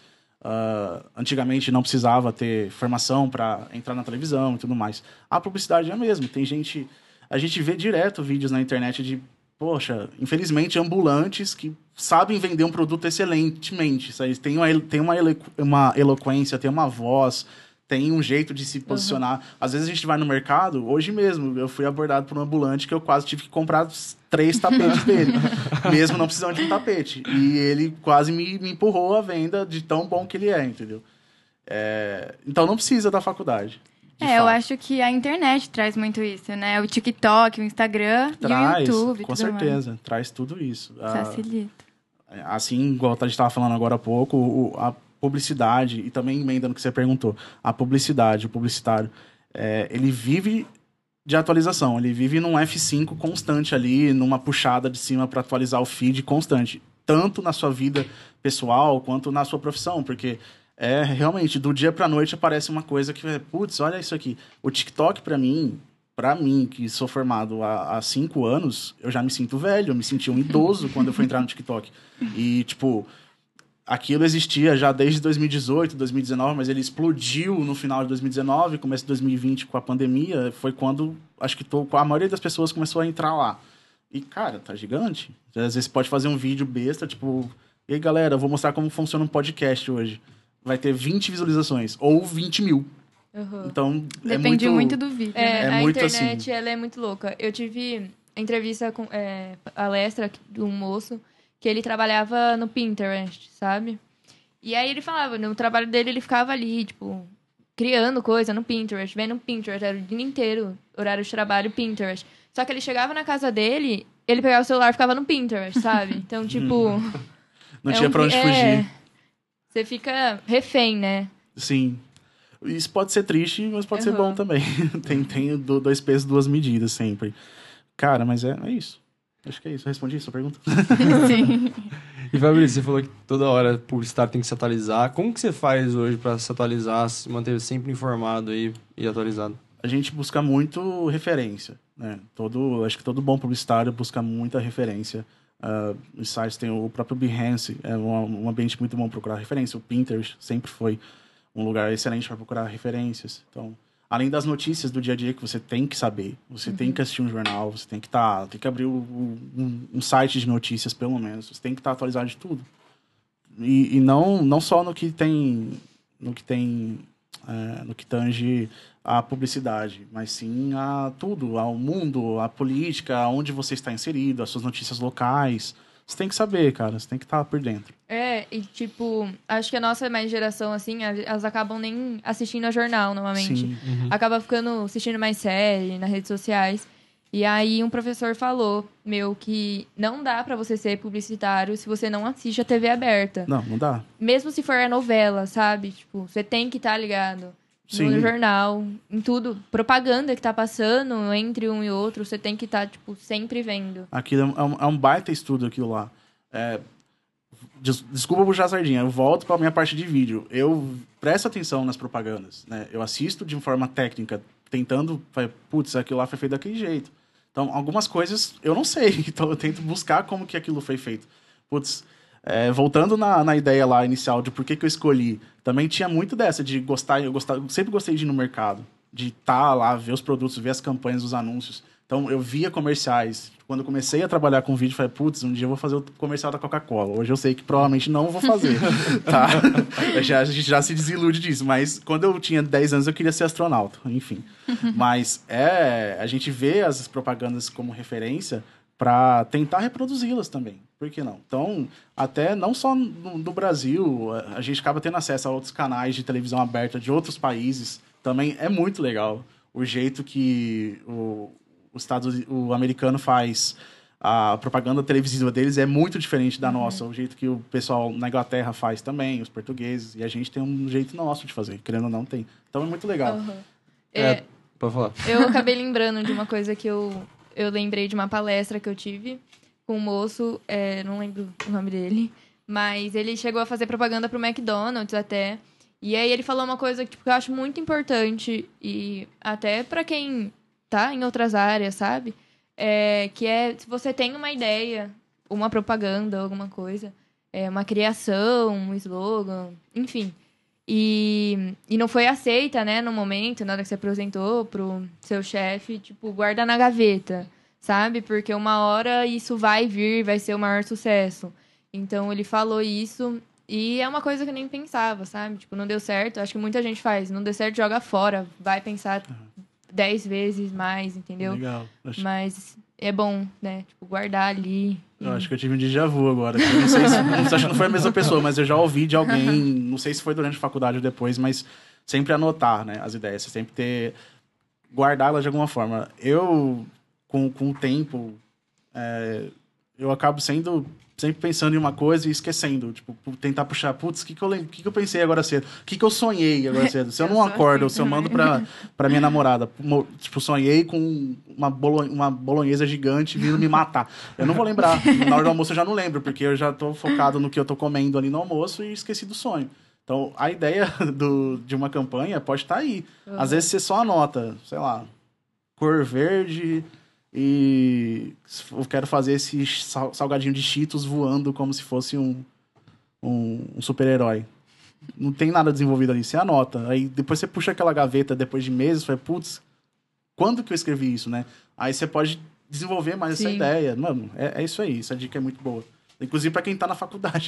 Uh, antigamente não precisava ter formação para entrar na televisão e tudo mais. A publicidade é a mesma. Tem gente... A gente vê direto vídeos na internet de, poxa, infelizmente, ambulantes que sabem vender um produto excelentemente. Sabe? Tem, uma, tem uma, elo, uma eloquência, tem uma voz, tem um jeito de se posicionar. Uhum. Às vezes a gente vai no mercado, hoje mesmo, eu fui abordado por um ambulante que eu quase tive que comprar três tapetes dele, mesmo não precisando de um tapete. E ele quase me, me empurrou a venda de tão bom que ele é, entendeu? É... Então não precisa da faculdade. É, fato. Eu acho que a internet traz muito isso, né? O TikTok, o Instagram traz, e o YouTube. Com certeza, mais. Traz tudo isso. Facilita. Assim, igual a gente estava falando agora há pouco, a publicidade, e também emenda no que você perguntou, a publicidade, o publicitário, é, ele vive de atualização, ele vive num F cinco constante ali, numa puxada de cima para atualizar o feed constante, tanto na sua vida pessoal quanto na sua profissão, porque é realmente, do dia para noite aparece uma coisa que, putz, olha isso aqui. O TikTok, para mim, para mim, que sou formado há, há cinco anos, eu já me sinto velho, eu me senti um idoso quando eu fui entrar no TikTok. E, tipo... Aquilo existia já desde dois mil e dezoito, dois mil e dezenove, mas ele explodiu no final de dois mil e dezenove, começo de dois mil e vinte com a pandemia. Foi quando, acho que tô, a maioria das pessoas começou a entrar lá. E, cara, tá gigante. Às vezes você pode fazer um vídeo besta, tipo... E aí, galera, eu vou mostrar como funciona um podcast hoje. Vai ter vinte visualizações, ou vinte mil. Uhum. Então, Depende é muito... muito do vídeo. É, é a muito internet, assim. ela é muito louca. Eu tive entrevista com... É, palestra de um moço... que ele trabalhava no Pinterest, sabe? E aí ele falava, no trabalho dele ele ficava ali, tipo, criando coisa no Pinterest, vendo Pinterest, era o dia inteiro, horário de trabalho, Pinterest. Só que ele chegava na casa dele, ele pegava o celular e ficava no Pinterest, sabe? Então, tipo... Não é tinha um, pra onde é, fugir. Você fica refém, né? Sim. Isso pode ser triste, mas pode Uhum. ser bom também. tem, tem dois pesos, duas medidas sempre. Cara, mas é, é isso. Acho que é isso. Eu respondi isso, a pergunta? Sim. E, Fabrício, você falou que toda hora o publicitário tem que se atualizar. Como que você faz hoje para se atualizar, se manter sempre informado aí e atualizado? A gente busca muito referência, né? Todo, acho que todo bom publicitário busca muita referência. Uh, os sites tem o próprio Behance, é um, um ambiente muito bom para procurar referência. O Pinterest sempre foi um lugar excelente para procurar referências. Então, além das notícias do dia a dia que você tem que saber, você uhum. tem que assistir um jornal, você tem que tá, tem que abrir o, um, um site de notícias, pelo menos. Você tem que estar tá atualizado de tudo. E, e não, não só no que tem, no que tem, é, no que tange a publicidade, mas sim a tudo, ao mundo, a política, aonde você está inserido, as suas notícias locais. Você tem que saber, cara. Você tem que estar por dentro. É, e tipo, acho que a nossa mais geração, assim, elas acabam nem assistindo a jornal, normalmente. Sim. Uhum. Acaba ficando assistindo mais série, nas redes sociais. E aí um professor falou, meu, que não dá pra você ser publicitário se você não assiste a T V aberta. Não, não dá. Mesmo se for a novela, sabe? Tipo, você tem que estar ligado. Sim. No jornal, em tudo. Propaganda que tá passando entre um e outro, você tem que estar, tipo, sempre vendo. Aquilo é um, é um baita estudo, aquilo lá. É, des, desculpa puxar a sardinha, eu volto pra minha parte de vídeo. Eu presto atenção nas propagandas, né? Eu assisto de forma técnica, tentando... Putz, aquilo lá foi feito daquele jeito. Então, algumas coisas eu não sei. Então, eu tento buscar como que aquilo foi feito. Putz... É, voltando na, na ideia lá inicial de por que, que eu escolhi, também tinha muito dessa de gostar, eu, gostar, eu sempre gostei de ir no mercado, de estar tá lá, ver os produtos, ver as campanhas, os anúncios. Então, eu via comerciais. Quando eu comecei a trabalhar com vídeo, eu falei, putz, um dia eu vou fazer o comercial da Coca-Cola. Hoje eu sei que provavelmente não vou fazer, tá? já, a gente já se desilude disso. Mas quando eu tinha dez anos, eu queria ser astronauta, enfim. Mas é, a gente vê as propagandas como referência para tentar reproduzi-las também. Por que não? Então, até não só no, no Brasil, a gente acaba tendo acesso a outros canais de televisão aberta de outros países. Também é muito legal o jeito que o, o, Estado, o americano faz a propaganda televisiva deles é muito diferente da uhum. nossa. O jeito que o pessoal na Inglaterra faz também, os portugueses. E a gente tem um jeito nosso de fazer, querendo ou não, tem. Então, é muito legal. Uhum. É, é, pode falar. Eu acabei lembrando de uma coisa que eu... Eu lembrei de uma palestra que eu tive com um moço, é, não lembro o nome dele, mas ele chegou a fazer propaganda pro McDonald's até. E aí ele falou uma coisa que, tipo, que eu acho muito importante, e até pra quem tá em outras áreas, sabe? É, que é, se você tem uma ideia, uma propaganda, alguma coisa, é, uma criação, um slogan, enfim... E, e não foi aceita, né, no momento, na hora que você apresentou pro seu chefe, tipo, guarda na gaveta, sabe? Porque uma hora isso vai vir, vai ser o maior sucesso. Então, ele falou isso e é uma coisa que eu nem pensava, sabe? Tipo, não deu certo, acho que muita gente faz, não deu certo, joga fora, vai pensar uhum. dez vezes mais, entendeu? Legal. Acho... Mas é bom, né, tipo, guardar ali... Eu acho que eu tive um déjà vu agora. Eu não sei se, não, acho que não foi a mesma pessoa, mas eu já ouvi de alguém, não sei se foi durante a faculdade ou depois, mas sempre anotar, né, as ideias, sempre ter, guardá-las de alguma forma. Eu, com, com o tempo, é, eu acabo sendo sempre pensando em uma coisa e esquecendo, tipo, tentar puxar, putz, o que que eu, que que eu pensei agora cedo? O que que eu sonhei agora cedo? Se eu, eu não acordo, assim, se eu mando pra, pra minha namorada, tipo, sonhei com uma, bolo, uma bolonhesa gigante vindo me matar. Eu não vou lembrar. Na hora do almoço eu já não lembro, porque eu já tô focado no que eu tô comendo ali no almoço e esqueci do sonho. Então, a ideia do, de uma campanha pode estar aí. Uhum. Às vezes você só anota, sei lá, cor verde... E eu quero fazer esse salgadinho de Cheetos voando como se fosse um, um, um super-herói. Não tem nada desenvolvido ali, você anota. Aí depois você puxa aquela gaveta depois de meses e fala, putz, quando que eu escrevi isso, né? Aí você pode desenvolver mais Sim. essa ideia. Mano, é, é isso aí, essa dica é muito boa. Inclusive para quem tá na faculdade.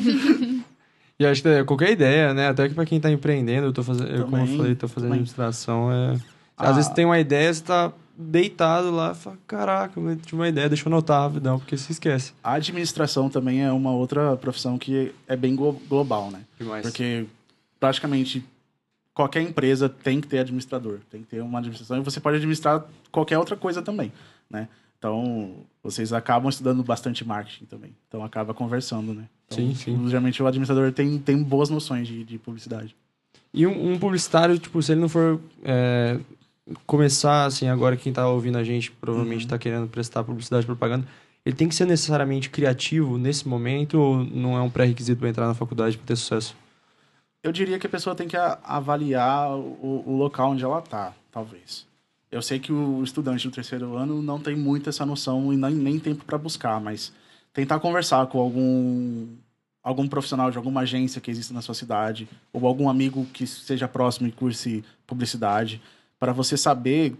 E acho que qualquer ideia, né? Até que para quem tá empreendendo, eu tô fazendo, eu, como eu falei, tô fazendo também. administração, é... Ah. Às vezes você tem uma ideia, você tá deitado lá e fala, caraca, eu tive uma ideia, deixa eu anotar rapidão, porque se esquece. A administração também é uma outra profissão que é bem global, né? Demais. Porque praticamente qualquer empresa tem que ter administrador, tem que ter uma administração, e você pode administrar qualquer outra coisa também, né? Então, vocês acabam estudando bastante marketing também, então acaba conversando, né? Então, sim, sim. Geralmente o administrador tem, tem boas noções de, de publicidade. E um, um publicitário, tipo, se ele não for... É... começar, assim, agora quem tá ouvindo a gente provavelmente uhum. tá querendo prestar publicidade e propaganda, ele tem que ser necessariamente criativo nesse momento ou não é um pré-requisito para entrar na faculdade para ter sucesso? Eu diria que a pessoa tem que avaliar o, o local onde ela tá, talvez. Eu sei que o estudante do terceiro ano não tem muito essa noção e nem, nem tempo para buscar, mas tentar conversar com algum, algum profissional de alguma agência que exista na sua cidade ou algum amigo que seja próximo e curse publicidade, para você saber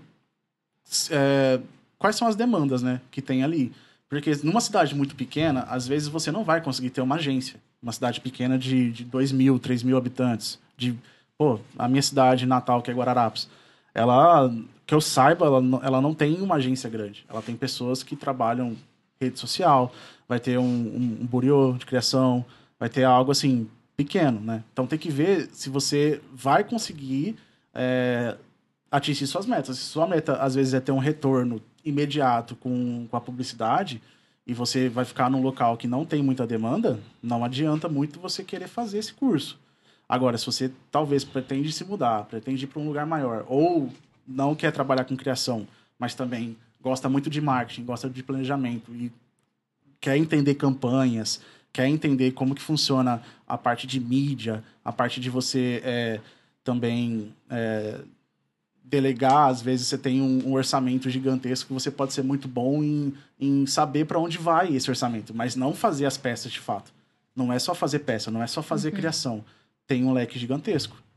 é, quais são as demandas, né, que tem ali. Porque numa cidade muito pequena, às vezes você não vai conseguir ter uma agência. Uma cidade pequena de, de dois mil, três mil habitantes. De, pô, a minha cidade natal, que é Guararapes, ela, que eu saiba, ela, ela não tem uma agência grande. Ela tem pessoas que trabalham rede social, vai ter um, um, um buriô de criação, vai ter algo assim, pequeno, né? Então tem que ver se você vai conseguir... É, atingir suas metas. Se sua meta, às vezes, é ter um retorno imediato com, com a publicidade e você vai ficar num local que não tem muita demanda, não adianta muito você querer fazer esse curso. Agora, se você, talvez, pretende se mudar, pretende ir para um lugar maior, ou não quer trabalhar com criação, mas também gosta muito de marketing, gosta de planejamento e quer entender campanhas, quer entender como que funciona a parte de mídia, a parte de você é, também... É, delegar, às vezes você tem um, um orçamento gigantesco que você pode ser muito bom em, em saber para onde vai esse orçamento, mas não fazer as peças de fato. Não é só fazer peça, não é só fazer uhum. criação. Tem um leque gigantesco.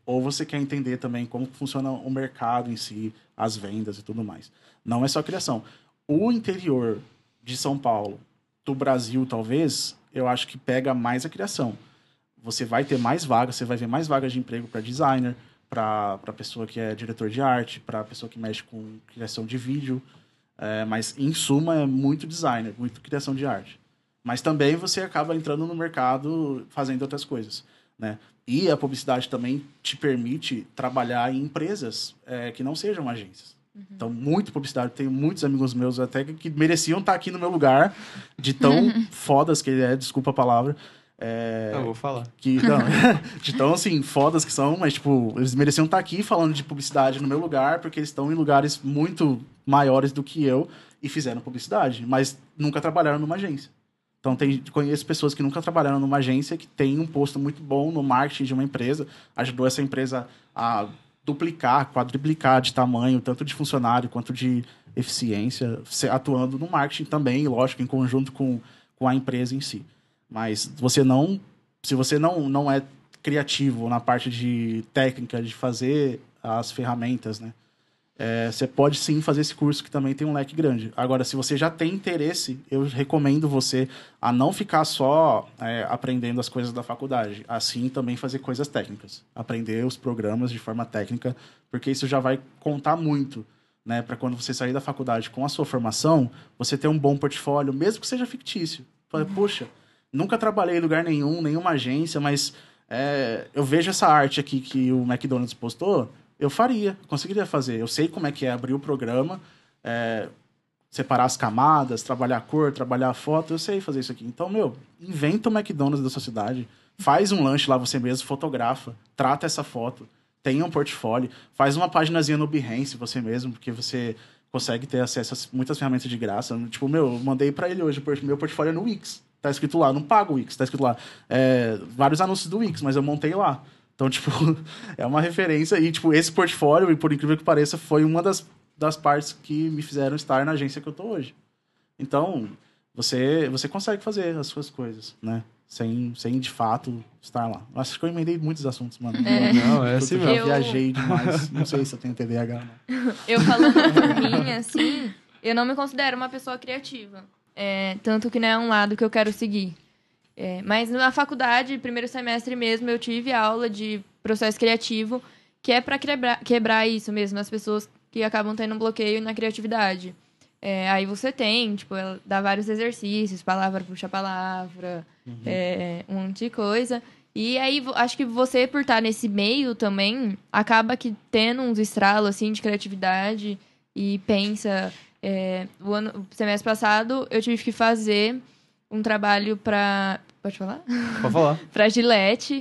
ou você quer entender também como funciona o mercado em si, as vendas e tudo mais. Não é só criação. O interior de São Paulo, do Brasil, talvez, eu acho que pega mais a criação. Você vai ter mais vagas, você vai ver mais vagas de emprego para designer, para a pessoa que é diretor de arte, para a pessoa que mexe com criação de vídeo. É, mas, em suma, é muito designer, muito criação de arte. Mas também você acaba entrando no mercado fazendo outras coisas, né? E a publicidade também te permite trabalhar em empresas é, que não sejam agências. Uhum. Então, muito publicidade. Tenho muitos amigos meus até que, que mereciam estar aqui no meu lugar, de tão fodas que ele é, desculpa a palavra. É, não, vou falar. Que, não, de tão, assim, fodas que são, mas, tipo, eles mereciam estar aqui falando de publicidade no meu lugar, porque eles estão em lugares muito maiores do que eu e fizeram publicidade, mas nunca trabalharam numa agência. Então, tem, conheço pessoas que nunca trabalharam numa agência, que tem um posto muito bom no marketing de uma empresa, ajudou essa empresa a duplicar, quadruplicar de tamanho, tanto de funcionário quanto de eficiência, atuando no marketing também, lógico, em conjunto com, com a empresa em si. Mas você não, se você não, não é criativo na parte de técnica, de fazer as ferramentas, né? É, você pode sim fazer esse curso que também tem um leque grande. Agora, se você já tem interesse, eu recomendo você a não ficar só é, aprendendo as coisas da faculdade, assim também fazer coisas técnicas. Aprender os programas de forma técnica, porque isso já vai contar muito, né? Para quando você sair da faculdade com a sua formação, você ter um bom portfólio, mesmo que seja fictício. Fala, poxa, nunca trabalhei em lugar nenhum, nenhuma agência, mas é, eu vejo essa arte aqui que o McDonald's postou, eu faria, conseguiria fazer. Eu sei como é que é abrir o programa, é, separar as camadas, trabalhar a cor, trabalhar a foto, eu sei fazer isso aqui. Então, meu, inventa o McDonald's da sua cidade, faz um lanche lá você mesmo, fotografa, trata essa foto, tenha um portfólio, faz uma paginazinha no Behance você mesmo, porque você consegue ter acesso a muitas ferramentas de graça. Tipo, meu, eu mandei para ele hoje, meu portfólio é no Wix. Tá escrito lá, não pago o Wix, tá escrito lá. É, vários anúncios do Wix, mas eu montei lá. Então, tipo, é uma referência. E, tipo, esse portfólio, e por incrível que pareça, foi uma das, das partes que me fizeram estar na agência que eu tô hoje. Então, você, você consegue fazer as suas coisas, né? Sem, sem, de fato, estar lá. Acho que eu emendei muitos assuntos, mano. É. Não, é assim mesmo. Eu viajei demais. Não sei se eu tenho T D A H, não. Eu falando por mim, assim, eu não me considero uma pessoa criativa. É, tanto que não é um lado que eu quero seguir. É, mas na faculdade, primeiro semestre mesmo, eu tive aula de processo criativo, que é para quebrar, quebrar isso mesmo, as pessoas que acabam tendo um bloqueio na criatividade. É, aí você tem, tipo, ela dá vários exercícios, palavra puxa palavra, uhum. é, um monte de coisa. E aí, acho que você, por estar nesse meio também, acaba que tendo uns estralos, assim, de criatividade e pensa... É, o, ano, o semestre passado, eu tive que fazer um trabalho pra... Pode falar? Pode falar. Pra Gillette.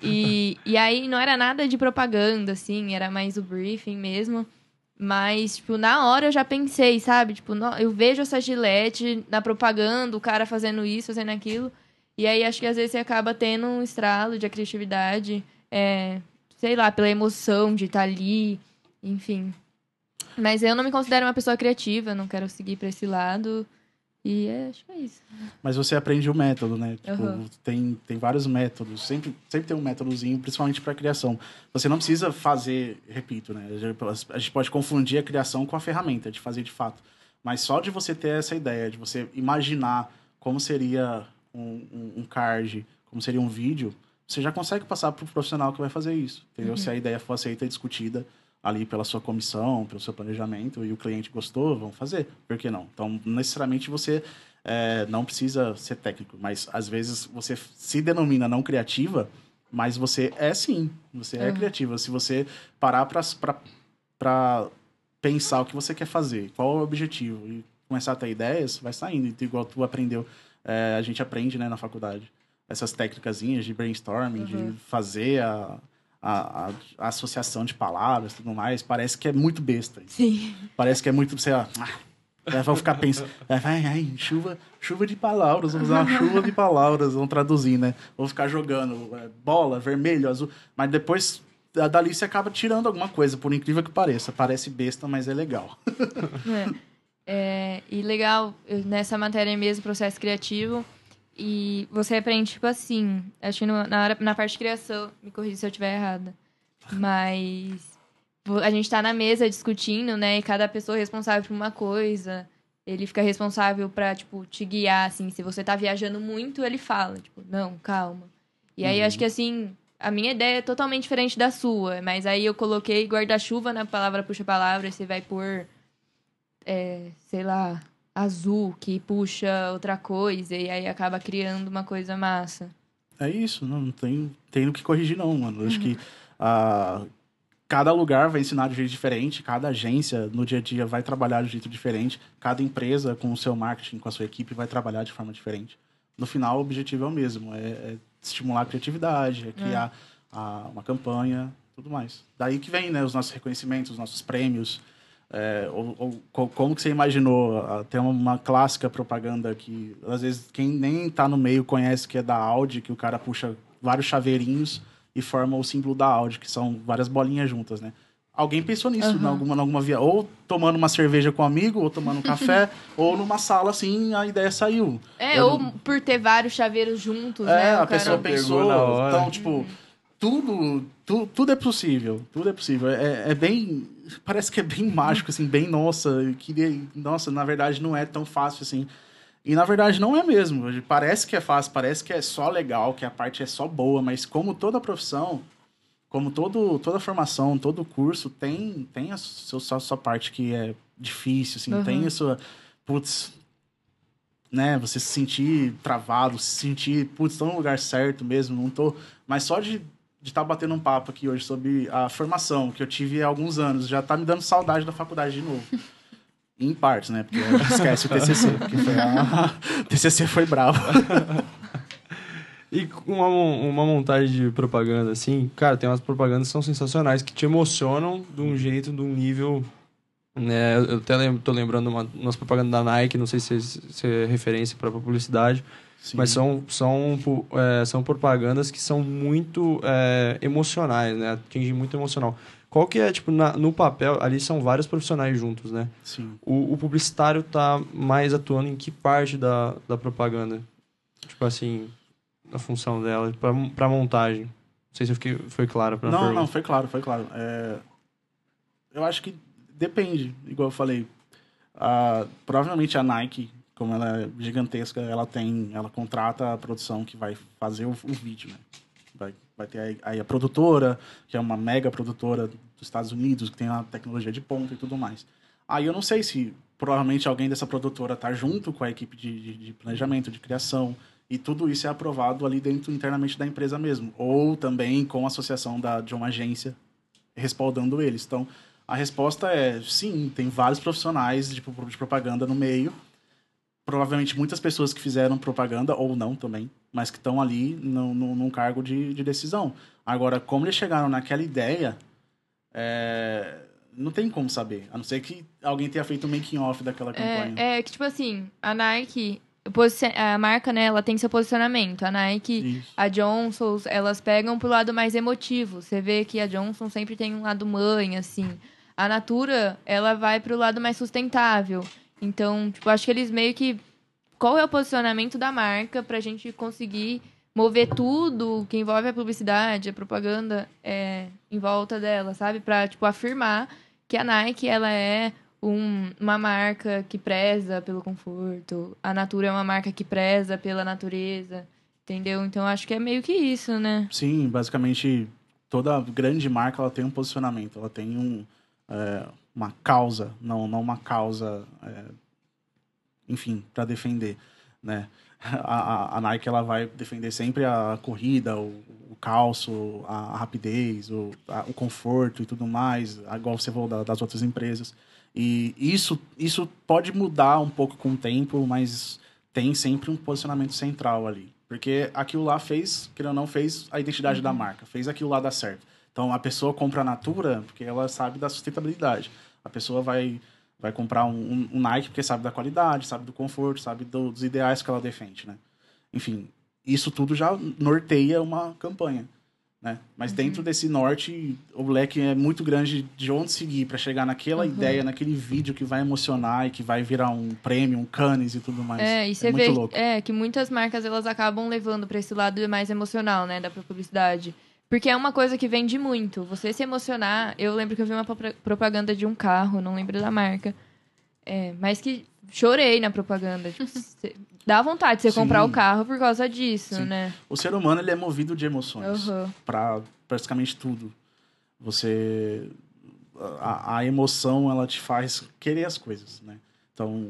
E, e aí, não era nada de propaganda, assim. Era mais o briefing mesmo. Mas, tipo, na hora eu já pensei, sabe? Tipo, no, eu vejo essa Gillette na propaganda, o cara fazendo isso, fazendo aquilo. E aí, acho que às vezes você acaba tendo um estralo de criatividade. É, sei lá, pela emoção de estar ali. Enfim. Mas eu não me considero uma pessoa criativa. Não quero seguir pra esse lado. E é, acho que é isso. Mas você aprende o método, né? Tipo, uhum. tem, tem vários métodos. Sempre, sempre tem um métodozinho, principalmente para criação. Você não precisa fazer, repito, né? A gente pode confundir a criação com a ferramenta de fazer de fato. Mas só de você ter essa ideia, de você imaginar como seria um, um, um card, como seria um vídeo, você já consegue passar para o profissional que vai fazer isso. Entendeu? Uhum. Se a ideia for aceita e discutida ali pela sua comissão, pelo seu planejamento, e o cliente gostou, vão fazer. Por que não? Então, necessariamente você é, não precisa ser técnico, mas às vezes você se denomina não criativa, mas você é sim, você é uhum. criativa. Se você parar para pensar o que você quer fazer, qual é o objetivo, e começar a ter ideias, vai saindo. Igual tu aprendeu, é, a gente aprende, né, na faculdade, essas técnicazinhas de brainstorming, uhum. de fazer a... A, a, a associação de palavras e tudo mais, parece que é muito besta. Sim. Parece que é muito, sei lá, ah, vão ficar pensando, vai, ai, chuva, chuva de palavras, vamos usar uma chuva de palavras, vamos traduzir, né? Vão ficar jogando é, bola, vermelho, azul, mas depois, dali você acaba tirando alguma coisa, por incrível que pareça. Parece besta, mas é legal. É, é, e legal, nessa matéria mesmo, processo criativo, e você aprende, tipo assim, acho que no, na, hora, na parte de criação, me corrija se eu estiver errada, Mas a gente tá na mesa discutindo, né? E cada pessoa é responsável por uma coisa. Ele fica responsável pra, tipo, te guiar, assim. Se você tá viajando muito, ele fala, tipo, não, calma. E aí, Uhum. acho que, assim, a minha ideia é totalmente diferente da sua. Mas aí eu coloquei guarda-chuva na palavra puxa-palavra. Você vai pôr, é, sei lá, azul, que puxa outra coisa. E aí acaba criando uma coisa massa. É isso, não, não tem, tem o que corrigir não, mano. Eu acho que ah, cada lugar vai ensinar de um jeito diferente, cada agência no dia a dia vai trabalhar de um jeito diferente, cada empresa com o seu marketing, com a sua equipe vai trabalhar de forma diferente. No final, o objetivo é o mesmo, é, é estimular a criatividade, é criar a, uma campanha, tudo mais. Daí que vem, né, os nossos reconhecimentos, os nossos prêmios. É, ou, ou co- como que você imaginou? Ah, tem uma, uma clássica propaganda que, às vezes, quem nem tá no meio conhece, que é da Audi, que o cara puxa vários chaveirinhos e forma o símbolo da Audi, que são várias bolinhas juntas, né? Alguém pensou nisso, Aham. em alguma, em alguma via... ou tomando uma cerveja com um amigo, ou tomando um café, ou numa sala, assim, a ideia saiu. É, Eu ou não- por ter vários chaveiros juntos, É, né? a O pessoa cara... Pegou pensou, na hora. então, tipo, tudo, tu, tudo é possível, tudo é possível. É, é bem, parece que é bem mágico, assim, bem, nossa, eu queria, nossa, na verdade não é tão fácil, assim. E, na verdade, não é mesmo. Parece que é fácil, parece que é só legal, que a parte é só boa, mas como toda profissão, como todo, toda formação, todo curso, tem, tem a sua, sua, sua parte que é difícil, assim, Uhum. tem a sua... Putz, né, você se sentir travado, se sentir, putz, tô no lugar certo mesmo, não tô... Mas só de de estar batendo um papo aqui hoje sobre a formação que eu tive há alguns anos, já tá me dando saudade da faculdade de novo. Em partes, né? Porque a gente esquece o T C C, porque foi a... o T C C foi bravo. E com uma, mon- uma montagem de propaganda, assim, cara, tem umas propagandas que são sensacionais, que te emocionam de um jeito, de um nível... Né? Eu até lembro, tô lembrando uma, umas propagandas da Nike, não sei se, se é referência para publicidade, Sim. mas são, são, pu- é, são propagandas que são muito é, emocionais, né? Atingem muito emocional. Qual que é, tipo, na- no papel, ali são vários profissionais juntos, né? Sim. O, o publicitário tá mais atuando em que parte da, da propaganda? Tipo assim, a função dela, pra, pra montagem. Não sei se eu fiquei, foi claro pra Não, pergunta. não, foi claro, foi claro. É, eu acho que depende, igual eu falei. Ah, provavelmente a Nike, como ela é gigantesca, ela tem, ela contrata a produção que vai fazer o, o vídeo, né? Vai, vai ter aí, aí a produtora, que é uma mega produtora dos Estados Unidos, que tem uma tecnologia de ponta e tudo mais. Aí eu não sei se provavelmente alguém dessa produtora tá junto com a equipe de, de, de planejamento, de criação, e tudo isso é aprovado ali dentro, internamente da empresa mesmo. Ou também com a associação da, de uma agência respaldando eles. Então, a resposta é sim, tem vários profissionais de, de propaganda no meio. Provavelmente muitas pessoas que fizeram propaganda, ou não também, mas que estão ali no, no, num cargo de, de decisão. Agora, como eles chegaram naquela ideia, é, não tem como saber. A não ser que alguém tenha feito um making-off daquela campanha. É, é que, tipo assim, a Nike, o posi- a marca, né, ela tem seu posicionamento. A Nike, Isso. a Johnson, elas pegam pro lado mais emotivo. Você vê que a Johnson sempre tem um lado mãe, assim. A Natura, ela vai pro lado mais sustentável. Então, tipo, acho que eles meio que... Qual é o posicionamento da marca pra gente conseguir mover tudo que envolve a publicidade, a propaganda, é, em volta dela, sabe? Pra, tipo, afirmar que a Nike, ela é um- uma marca que preza pelo conforto. A Natura é uma marca que preza pela natureza, entendeu? Então, acho que é meio que isso, né? Sim, basicamente, toda grande marca ela tem um posicionamento, ela tem um, é, uma causa, não, não uma causa, é, enfim, para defender, né? A, a, a Nike ela vai defender sempre a corrida, o, o calço, a, a rapidez, o, a- o conforto e tudo mais, igual você falou da- das outras empresas. E isso, isso pode mudar um pouco com o tempo, mas tem sempre um posicionamento central ali. Porque aquilo lá fez, querendo ou não, fez a identidade da marca, fez aquilo lá dar certo. Então, a pessoa compra a Natura porque ela sabe da sustentabilidade. A pessoa vai, vai comprar um, um- um Nike porque sabe da qualidade, sabe do conforto, sabe do- dos ideais que ela defende, né? Enfim, isso tudo já norteia uma campanha, né? Mas dentro desse norte, o leque é muito grande de onde seguir para chegar naquela ideia, naquele vídeo que vai emocionar e que vai virar um prêmio, um Cannes e tudo mais. É, e você muito vê louco. é, que muitas marcas elas acabam levando pra esse lado mais emocional, né, da publicidade. Porque é uma coisa que vende muito. Você se emocionar... Eu lembro que eu vi uma propaganda de um carro, não lembro da marca. É, mas que chorei na propaganda. Tipo, cê, dá vontade de você Sim. comprar o carro por causa disso, Sim. né? O ser humano, ele é movido de emoções. Uhum. Pra praticamente tudo. Você... A, a emoção, ela te faz querer as coisas, né? Então...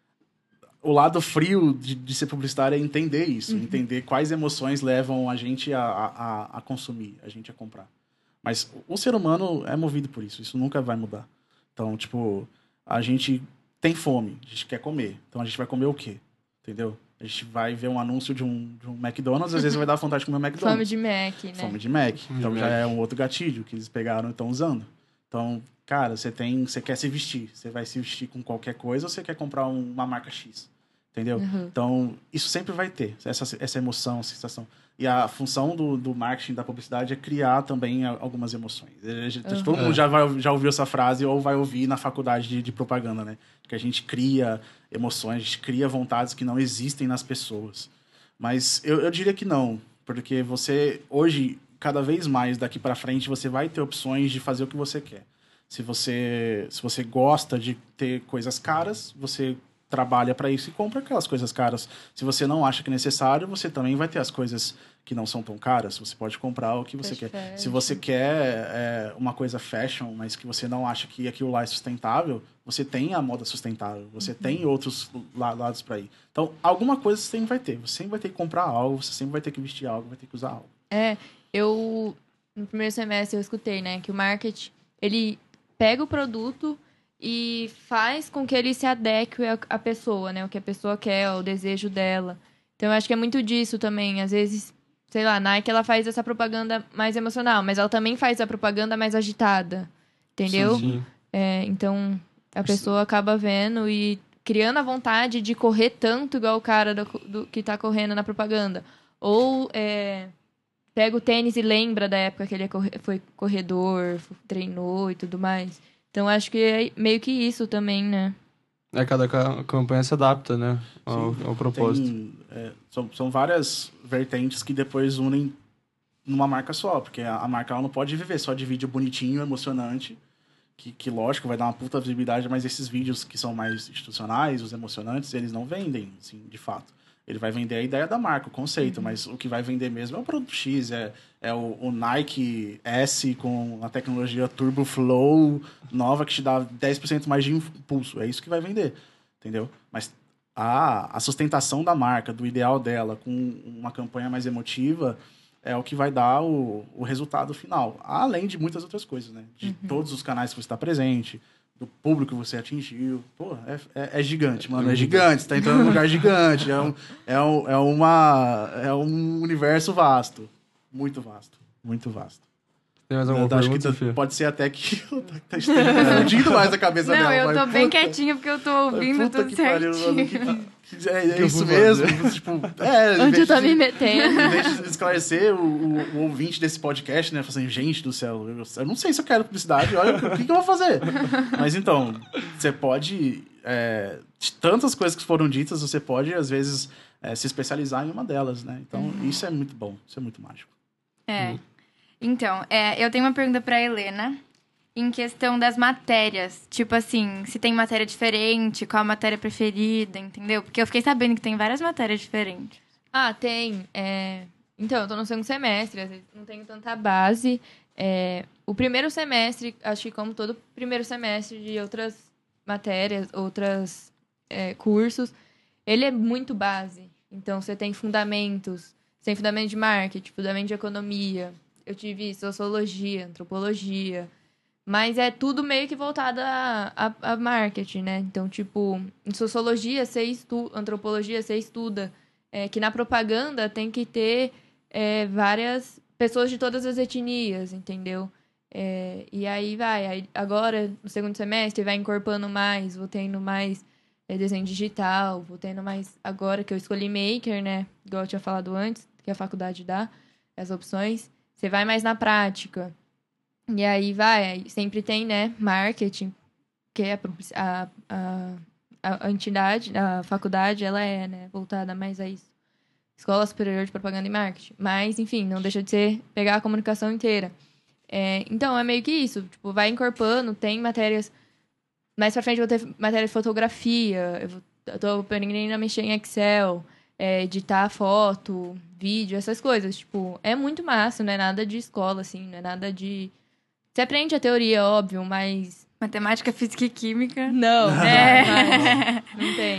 O lado frio de, de ser publicitário é entender isso. Uhum. Entender quais emoções levam a gente a, a, a consumir, a gente a comprar. Mas o ser humano é movido por isso. Isso nunca vai mudar. Então, tipo, a gente tem fome, a gente quer comer. Então, a gente vai comer o quê? Entendeu? A gente vai ver um anúncio de um, de um McDonald's, às vezes vai dar vontade de comer um McDonald's. Fome de Mac, né? Fome de Mac. Fome Então, de já Mac. é um outro gatilho que eles pegaram e estão usando. Então, cara, você tem, você quer se vestir. Você vai se vestir com qualquer coisa ou você quer comprar um, uma marca X? Entendeu? Uhum. Então, isso sempre vai ter, essa, essa emoção, essa sensação. E a função do, do marketing, da publicidade, é criar também algumas emoções. Uhum. Todo mundo já, vai, já ouviu essa frase ou vai ouvir na faculdade de, de propaganda, né? Que a gente cria emoções, a gente cria vontades que não existem nas pessoas. Mas eu, eu diria que não, porque você, hoje, cada vez mais daqui para frente, você vai ter opções de fazer o que você quer. Se você, se você gosta de ter coisas caras, você trabalha para isso e compra aquelas coisas caras. Se você não acha que é necessário, você também vai ter as coisas que não são tão caras. Você pode comprar o que você Fast quer. Fashion. Se você quer é, uma coisa fashion, mas que você não acha que aquilo lá é sustentável, você tem a moda sustentável. Você uhum. tem outros lados para ir. Então, alguma coisa você sempre vai ter. Você sempre vai ter que comprar algo, você sempre vai ter que vestir algo, vai ter que usar algo. É, eu... No primeiro semestre eu escutei, né, que o marketing, ele pega o produto e faz com que ele se adeque à pessoa, né? O que a pessoa quer, o desejo dela. Então, eu acho que é muito disso também. Às vezes, sei lá, a Nike, ela faz essa propaganda mais emocional, mas ela também faz a propaganda mais agitada, entendeu? Sim, sim. É, então, a pessoa acaba vendo e criando a vontade de correr tanto igual o cara do, do, que tá correndo na propaganda. Ou é, pega o tênis e lembra da época que ele foi corredor, treinou e tudo mais. Então, acho que é meio que isso também, né? É, cada campanha se adapta, né? Ao, Sim, ao propósito. Tem, é, são, são várias vertentes que depois unem numa marca só. Porque a, a marca ela não pode viver só de vídeo bonitinho, emocionante. Que, que, lógico, vai dar uma puta visibilidade. Mas esses vídeos que são mais institucionais, os emocionantes, eles não vendem, assim, de fato. Ele vai vender a ideia da marca, o conceito, uhum. mas o que vai vender mesmo é o produto X, é, é o, o Nike S com a tecnologia Turbo Flow nova que te dá dez por cento mais de impulso. É isso que vai vender, entendeu? Mas a, a sustentação da marca, do ideal dela, com uma campanha mais emotiva, é o que vai dar o, o resultado final. Além de muitas outras coisas, né? De uhum. todos os canais que você está presente, do público que você atingiu. Pô, é, é, é gigante, mano. É gigante. Você tá entrando num lugar gigante. É um, é, um, é, uma, é um universo vasto. Muito vasto. Muito vasto. Tem mais alguma eu acho pergunta, que Fê? pode ser até que tá explodindo mais a cabeça Não, dela. eu tô mas, bem puta, quietinha porque eu tô ouvindo tudo que certinho. Pariu, mano, que, que, é, é que isso mesmo. Tipo, é, onde eu tô me metendo? Em vez de esclarecer o, o, o ouvinte desse podcast, né? Falando assim, gente do céu, eu, eu não sei se eu quero publicidade, olha, o que, que eu vou fazer? Mas então, você pode... É, de tantas coisas que foram ditas, você pode, às vezes, é, se especializar em uma delas, né? Então, uhum. isso é muito bom, isso é muito mágico. É. Uhum. Então, é, eu tenho uma pergunta pra Helena em questão das matérias. Tipo assim, se tem matéria diferente, qual a matéria preferida, entendeu? Porque eu fiquei sabendo que tem várias matérias diferentes. Ah, tem. É... Então, eu tô no segundo semestre, às vezes não tenho tanta base. É... O primeiro semestre, acho que como todo primeiro semestre de outras matérias, outros é, cursos, ele é muito base. Então, você tem fundamentos, você tem fundamento de marketing, fundamento de economia. Eu tive sociologia, antropologia, mas é tudo meio que voltado a, a, a marketing, né? Então, tipo, em sociologia, você estuda, antropologia, você estuda é, que na propaganda tem que ter é, várias pessoas de todas as etnias, entendeu? É, e aí vai, aí agora, no segundo semestre, vai incorporando mais, vou tendo mais é, desenho digital, vou tendo mais, agora que eu escolhi Maker, né? Igual eu tinha falado antes, que a faculdade dá, as opções. Você vai mais na prática. E aí vai, aí sempre tem, né, marketing, que é a, a, a, a entidade, a faculdade, ela é, né, voltada mais a isso. Escola Superior de Propaganda e Marketing. Mas, enfim, não deixa de ser pegar a comunicação inteira. É, então, é meio que isso. Tipo, vai encorpando, tem matérias... Mais pra frente eu vou ter matéria de fotografia, eu, vou, eu tô aprendendo a mexer em Excel, é, editar foto, vídeo, essas coisas. Tipo, é muito massa, não é nada de escola, assim, não é nada de... Você aprende a teoria, óbvio, mas... Matemática, física e química. Não, é. Não, não tem.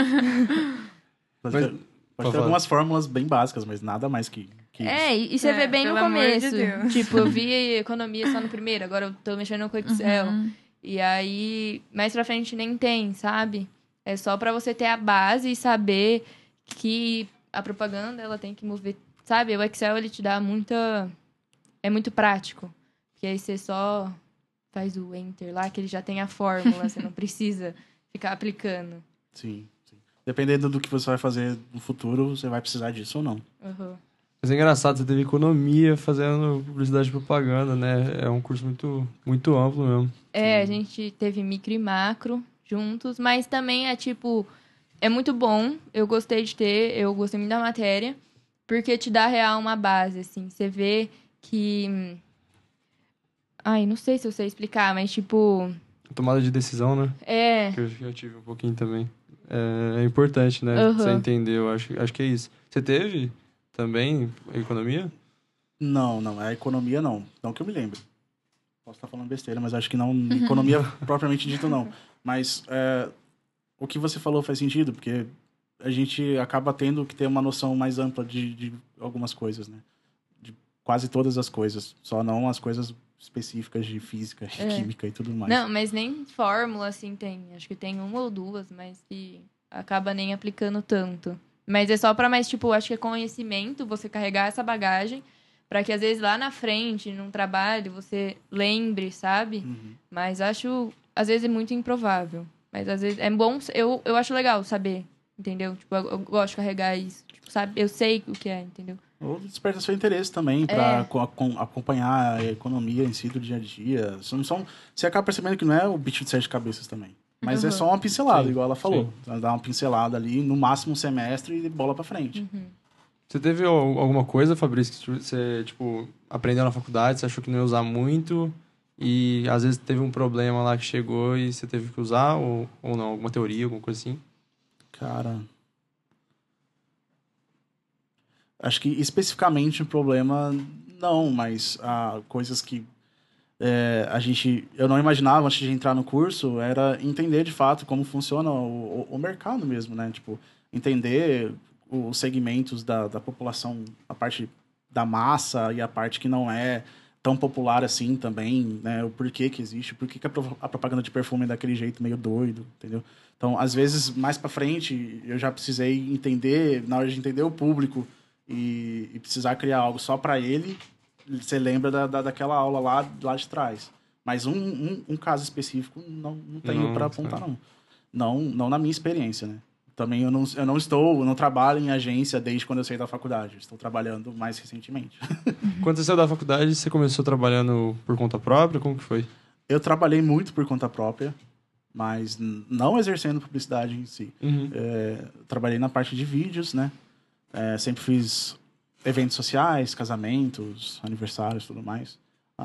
Pode, Mas- ter, pode pode ter falar. algumas fórmulas bem básicas, mas nada mais que, que É, e, e você É, vê bem no pelo amor de começo. Deus. Tipo, eu vi economia só no primeiro, agora eu tô mexendo com Excel. Uhum. E aí, mais pra frente nem tem, sabe? É só pra você ter a base e saber que a propaganda, ela tem que mover... Sabe? O Excel, ele te dá muita... É muito prático. Porque aí você só faz o enter lá, que ele já tem a fórmula. Você não precisa ficar aplicando. Sim, sim. Dependendo do que você vai fazer no futuro, você vai precisar disso ou não. Uhum. Mas é engraçado, você teve economia fazendo publicidade e propaganda, né? É um curso muito, muito amplo mesmo. É, a gente teve micro e macro juntos, mas também é tipo... É muito bom, eu gostei de ter, eu gostei muito da matéria, porque te dá real uma base, assim. Você vê que... Ai, não sei se eu sei explicar, mas tipo... Tomada de decisão, né? É, Que eu, que eu tive um pouquinho também. É, é importante, né? Aham. Você entender, eu acho, acho que é isso. Você teve também economia? Não, não. É economia, não. Não que eu me lembre. Posso estar falando besteira, mas acho que não... Economia propriamente dito, não. Mas é, o que você falou faz sentido, porque a gente acaba tendo que ter uma noção mais ampla de, de algumas coisas, né? De quase todas as coisas. Só não as coisas específicas de física, É. química e tudo mais. não, mas nem fórmula, assim, tem. Acho que tem uma ou duas, mas que acaba nem aplicando tanto. Mas é só pra mais, tipo, acho que é conhecimento, você carregar essa bagagem, pra que às vezes lá na frente, num trabalho, você lembre, sabe? Uhum. Mas acho, às vezes, é muito improvável. Mas às vezes é bom, eu, eu acho legal saber, entendeu? Tipo, eu, eu gosto de carregar isso. Tipo, sabe? Eu sei o que é, entendeu? Ou desperta seu interesse também para É. acompanhar a economia em si do dia a dia. São, são, você acaba percebendo que não é o bicho de sete cabeças também. Mas é Uhum. só uma pincelada, Sim, igual ela falou. sim. Ela dá uma pincelada ali, no máximo um semestre e bola pra frente. Uhum. Você teve al- alguma coisa, Fabrício, que você, tipo, aprendeu na faculdade, você achou que não ia usar muito e às vezes teve um problema lá que chegou e você teve que usar ou, ou não? Alguma teoria, alguma coisa assim? Cara... Acho que especificamente o problema, não, mas ah, coisas que é, a gente, eu não imaginava antes de entrar no curso era entender de fato como funciona o, o, o mercado mesmo, né? Tipo, entender os segmentos da, da população, a parte da massa e a parte que não é tão popular assim também, né? O porquê que existe, por que que a, pro- a propaganda de perfume é daquele jeito meio doido, entendeu? Então, às vezes, mais pra frente, eu já precisei entender, na hora de entender o público e, e precisar criar algo só para ele, você lembra da, da, daquela aula lá, lá de trás. Mas um, um, um caso específico não, não tenho Não, para tá. apontar, não. não. Não na minha experiência, né? Também eu não, eu não estou, eu não trabalho em agência desde quando eu saí da faculdade. Estou trabalhando mais recentemente. Quando você saiu da faculdade, você começou trabalhando por conta própria? Como que foi? Eu trabalhei muito por conta própria, mas n- não exercendo publicidade em si. Uhum. É, trabalhei na parte de vídeos, né? É, sempre fiz eventos sociais, casamentos, aniversários, tudo mais.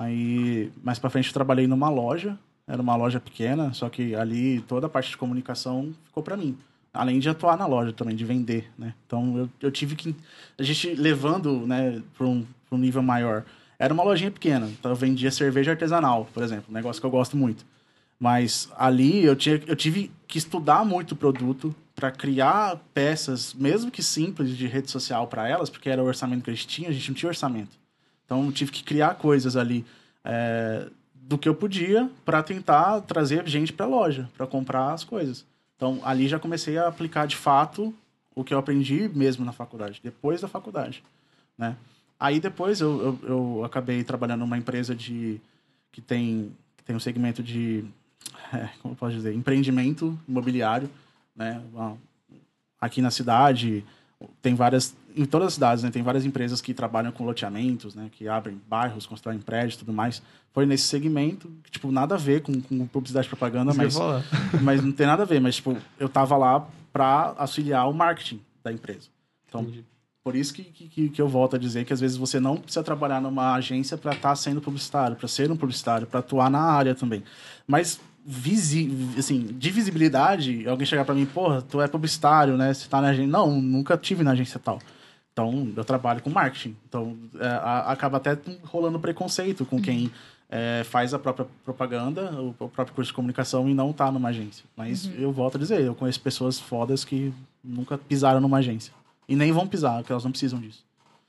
Aí, mais pra frente, eu trabalhei numa loja. Era uma loja pequena, só que ali toda a parte de comunicação ficou pra mim. Além de atuar na loja também, de vender, né? Então, eu, eu tive que... A gente levando, né, para um, pra um nível maior. Era uma lojinha pequena, então eu vendia cerveja artesanal, por exemplo. Um negócio que eu gosto muito. Mas ali eu, tinha, eu tive que estudar muito o produto para criar peças, mesmo que simples, de rede social para elas, porque era o orçamento que eles tinham, a gente não tinha orçamento. Então eu tive que criar coisas ali é, do que eu podia para tentar trazer gente para a loja, para comprar as coisas. Então ali já comecei a aplicar de fato o que eu aprendi mesmo na faculdade, depois da faculdade, né? Aí depois eu, eu, eu acabei trabalhando numa empresa de, que, tem, que tem um segmento de... É, como eu posso dizer, empreendimento imobiliário, né? Aqui na cidade tem várias, em todas as cidades, né? Tem várias empresas que trabalham com loteamentos, né? Que abrem bairros, constroem prédios, tudo mais. Foi nesse segmento, que, tipo, nada a ver com, com publicidade e propaganda, Isso que eu ia mas, falar. mas não tem nada a ver. Mas tipo, eu tava lá para auxiliar o marketing da empresa. Então, Entendi. Por isso que, que, que eu volto a dizer que às vezes você não precisa trabalhar numa agência para estar sendo publicitário, para ser um publicitário, para atuar na área também. Mas visi, assim, de visibilidade, alguém chegar para mim, porra, tu é publicitário, né? Você tá na agência. Não, nunca tive na agência tal. Então, eu trabalho com marketing. Então, é, a, acaba até rolando preconceito com quem é, faz a própria propaganda, o, o próprio curso de comunicação e não tá numa agência. Mas uhum. eu volto a dizer, eu conheço pessoas fodas que nunca pisaram numa agência. E nem vão pisar, porque elas não precisam disso.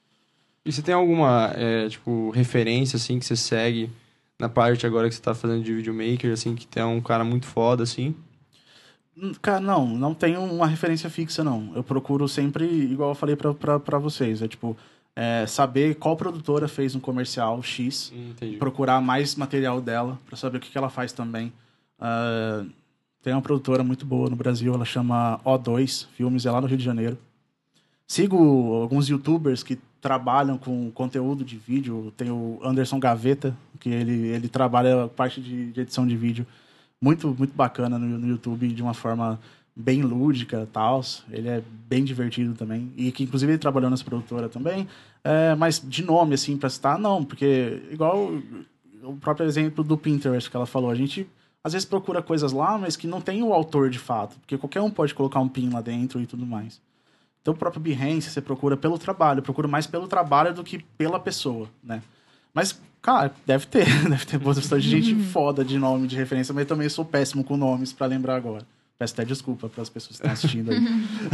E você tem alguma, é, tipo, referência, assim, que você segue na parte agora que você tá fazendo de videomaker, assim, que tem um cara muito foda, assim? Cara, não, não tenho uma referência fixa, não. Eu procuro sempre, igual eu falei pra, pra, pra vocês, é tipo, é, saber qual produtora fez um comercial X, Entendi. Procurar mais material dela, pra saber o que, que ela faz também. Uh, tem uma produtora muito boa no Brasil, ela chama O dois Filmes, é lá no Rio de Janeiro. Sigo alguns youtubers que trabalham com conteúdo de vídeo. Tem o Anderson Gaveta, que ele, ele trabalha a parte de, de edição de vídeo. Muito, muito bacana no, no YouTube, de uma forma bem lúdica e tal. Ele é bem divertido também. E que, inclusive, ele trabalhou nessa produtora também. É, mas de nome, assim, pra citar, não. Porque, igual o próprio exemplo do Pinterest que ela falou, a gente às vezes procura coisas lá, mas que não tem o autor de fato. Porque qualquer um pode colocar um pin lá dentro e tudo mais. Então, o próprio Behance, você procura pelo trabalho. Procura mais pelo trabalho do que pela pessoa, né? Mas, cara, deve ter. Deve ter bastante gente foda de nome, de referência. Mas eu também sou péssimo com nomes pra lembrar agora. Peço até desculpa para as pessoas que estão assistindo aí.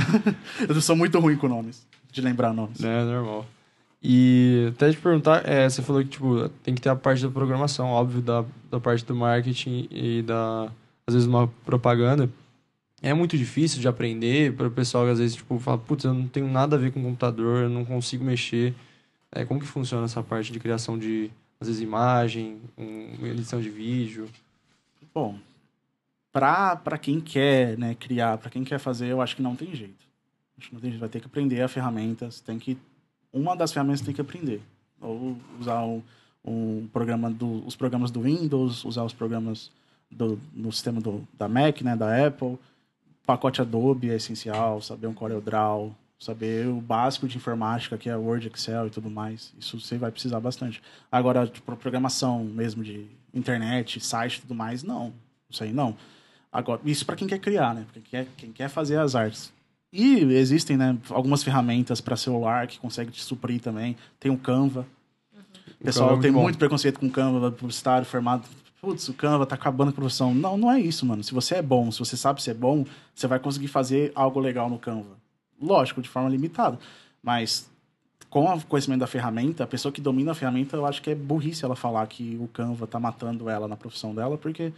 Eu sou muito ruim com nomes. De lembrar nomes. É, normal. E até te perguntar, é, você falou que tipo, tem que ter a parte da programação, óbvio, da, da parte do marketing e da, às vezes, uma propaganda. É muito difícil de aprender para o pessoal que às vezes tipo, fala, putz, eu não tenho nada a ver com computador, eu não consigo mexer. É, como que funciona essa parte de criação de, às vezes, imagem, um, edição de vídeo? Bom, para quem quer, né, criar, para quem quer fazer, eu acho que não tem jeito. Acho que não tem jeito. Vai ter que aprender a ferramenta. Você tem que, uma das ferramentas você tem que aprender. Ou usar um, um programa do, os programas do Windows, usar os programas do, no sistema do, da Mac, né, da Apple. Pacote Adobe é essencial, saber um CorelDRAW, saber o básico de informática, que é Word, Excel e tudo mais. Isso você vai precisar bastante. Agora, tipo, programação mesmo de internet, site e tudo mais, não. Isso aí não. Agora, isso para quem quer criar, né? Quem quer, quem quer fazer as artes. E existem, né, algumas ferramentas para celular que conseguem te suprir também. Tem o Canva. Uhum. O pessoal Canva é tem muito, muito preconceito com o Canva, publicitário, formado. Putz, o Canva tá acabando com a profissão. Não, não é isso, mano. Se você é bom, se você sabe ser bom, você vai conseguir fazer algo legal no Canva. Lógico, de forma limitada. Mas com o conhecimento da ferramenta, a pessoa que domina a ferramenta, eu acho que é burrice ela falar que o Canva tá matando ela na profissão dela, porque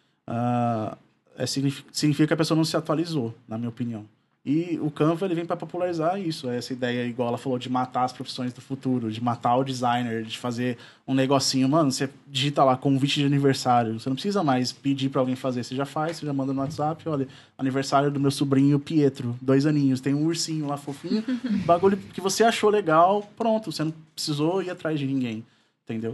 uh, é, significa que a pessoa não se atualizou, na minha opinião. E o Canva, ele vem para popularizar isso, essa ideia, igual ela falou, de matar as profissões do futuro, de matar o designer, de fazer um negocinho. Mano, você digita lá, convite de aniversário, você não precisa mais pedir para alguém fazer, você já faz, você já manda no WhatsApp, olha, aniversário do meu sobrinho Pietro, dois aninhos, tem um ursinho lá fofinho, bagulho que você achou legal, pronto, você não precisou ir atrás de ninguém, entendeu?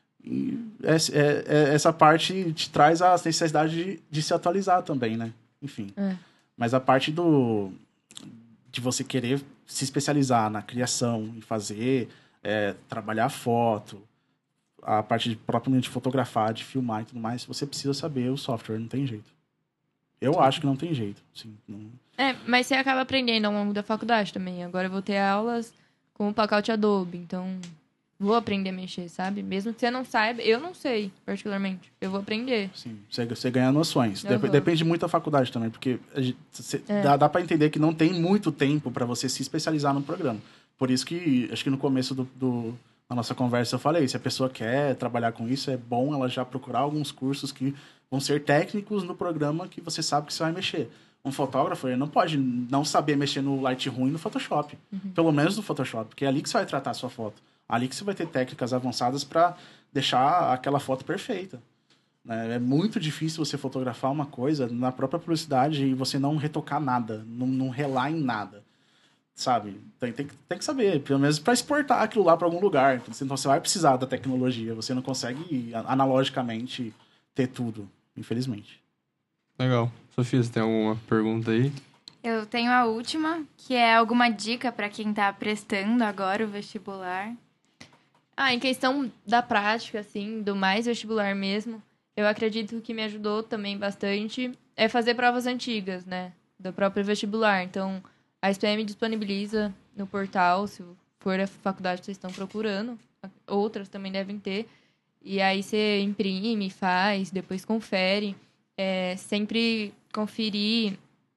E essa, é, é, essa parte te traz a necessidade de, de se atualizar também, né? Enfim. É. Mas a parte do, de você querer se especializar na criação e fazer, é, trabalhar a foto, a parte de propriamente fotografar, de filmar e tudo mais, você precisa saber o software, não tem jeito. Eu Sim. acho que não tem jeito. Assim, não... É, mas você acaba aprendendo ao longo da faculdade também. Agora eu vou ter aulas com o pacote Adobe, então vou aprender a mexer, sabe? Mesmo que você não saiba, eu não sei, particularmente. Eu vou aprender. Sim, você, você ganha noções. Uhum. Dep- depende muito da faculdade também, porque a gente, você, é. dá, dá para entender que não tem muito tempo para você se especializar no programa. Por isso que, acho que no começo do, do, da nossa conversa eu falei, se a pessoa quer trabalhar com isso, é bom ela já procurar alguns cursos que vão ser técnicos no programa que você sabe que você vai mexer. Um fotógrafo, ele não pode não saber mexer no Lightroom e no Photoshop. Uhum. Pelo menos no Photoshop, porque é ali que você vai tratar a sua foto. Ali que você vai ter técnicas avançadas para deixar aquela foto perfeita. Né? É muito difícil você fotografar uma coisa na própria publicidade e você não retocar nada, não, não relar em nada. Sabe? Tem, tem, tem que saber, pelo menos para exportar aquilo lá para algum lugar. Então você vai precisar da tecnologia. Você não consegue analogicamente ter tudo, infelizmente. Legal. Sofia, você tem alguma pergunta aí? Eu tenho a última, que é alguma dica para quem tá prestando agora o vestibular. Ah, em questão da prática, assim, do mais vestibular mesmo, eu acredito que o que me ajudou também bastante é fazer provas antigas, né? Do próprio vestibular. Então, a S P M disponibiliza no portal, se for a faculdade que vocês estão procurando. Outras também devem ter. E aí você imprime, faz, depois confere. É, sempre conferir...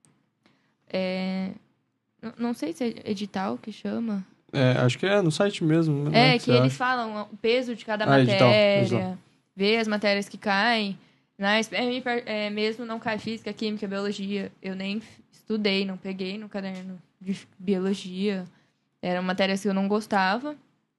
É, não sei se é edital que chama. É, acho que é no site mesmo. É, né, que eles falam o peso de cada Ah, edital, matéria, exato. ver as matérias que caem. Na S P M, é, mesmo não cai física, química, biologia. Eu nem estudei, não peguei no caderno de biologia. Eram matérias que eu não gostava.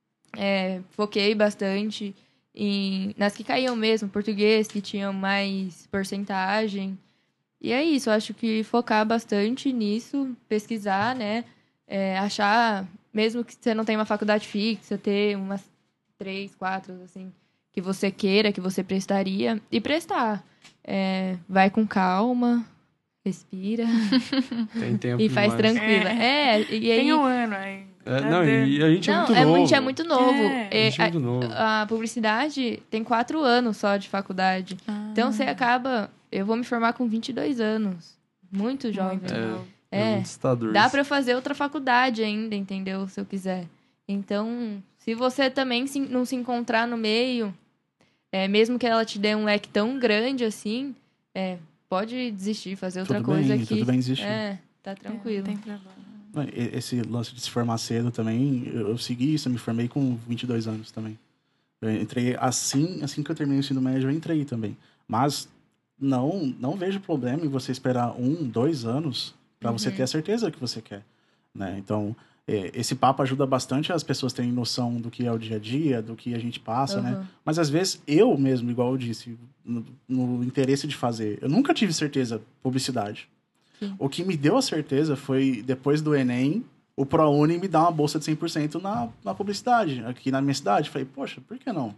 É, foquei bastante em, nas que caíam mesmo, português, que tinham mais porcentagem. E é isso, eu acho que focar bastante nisso, pesquisar, né? É, achar, mesmo que você não tenha uma faculdade fixa, ter umas três, quatro, assim, que você queira, que você prestaria, e prestar. É, vai com calma, respira. Tem tempo e faz demais. tranquila. É, é e aí... Tem um ano aí. É, não, e a gente é Não, muito é, novo. a gente é muito novo. É, A gente é muito novo. A, a publicidade tem quatro anos só de faculdade. Ah. Então, você acaba... Eu vou me formar com vinte e dois anos. Muito jovem. Muito É, novo. é, É, muito assustador. dá isso. pra fazer outra faculdade ainda, entendeu? Se eu quiser. Então, se você também se- não se encontrar no meio, é, mesmo que ela te dê um leque tão grande assim, é, pode desistir, fazer outra Tudo coisa bem, que... tudo bem desistir. É, tá É, tranquilo. não tem problema. E- Esse lance de se formar cedo também, eu, eu segui isso, eu me formei com vinte e dois anos também. Eu entrei assim, assim que eu terminei o ensino médio, eu entrei também. Mas não, não vejo problema em você esperar um, dois anos para você ter a certeza que você quer, né? Então, é, esse papo ajuda bastante as pessoas terem noção do que é o dia a dia, do que a gente passa, né? Uhum. Mas às vezes eu mesmo, igual eu disse, no, no interesse de fazer, eu nunca tive certeza publicidade. Sim. O que me deu a certeza foi, depois do Enem, o ProUni me dá uma bolsa de cem por cento na, na publicidade, aqui na minha cidade. Falei, poxa, por que não?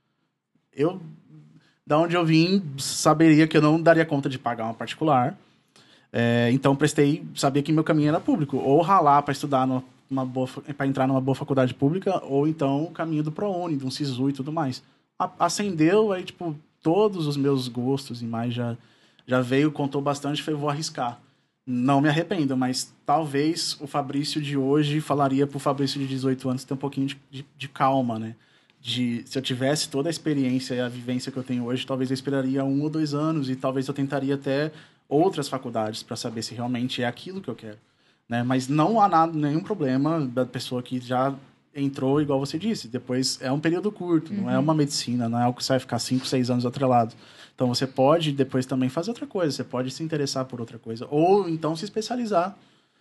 Eu, da onde eu vim, saberia que eu não daria conta de pagar uma particular. É, então, prestei, sabia que meu caminho era público. Ou ralar para estudar numa boa, para entrar numa boa faculdade pública, ou então o caminho do ProUni, de um SISU e tudo mais. A, acendeu, aí, tipo, todos os meus gostos e mais já, já veio, contou bastante, falei, vou arriscar. Não me arrependo, mas talvez o Fabrício de hoje falaria pro Fabrício de dezoito anos ter um pouquinho de, de, de calma, né? De, se eu tivesse toda a experiência e a vivência que eu tenho hoje, talvez eu esperaria um ou dois anos e talvez eu tentaria até outras faculdades para saber se realmente é aquilo que eu quero, né? Mas não há nada, nenhum problema da pessoa que já entrou, igual você disse. Depois é um período curto, uhum. Não é uma medicina, não é algo que você vai ficar cinco, seis anos atrelado. Então, você pode depois também fazer outra coisa, você pode se interessar por outra coisa. Ou, então, se especializar.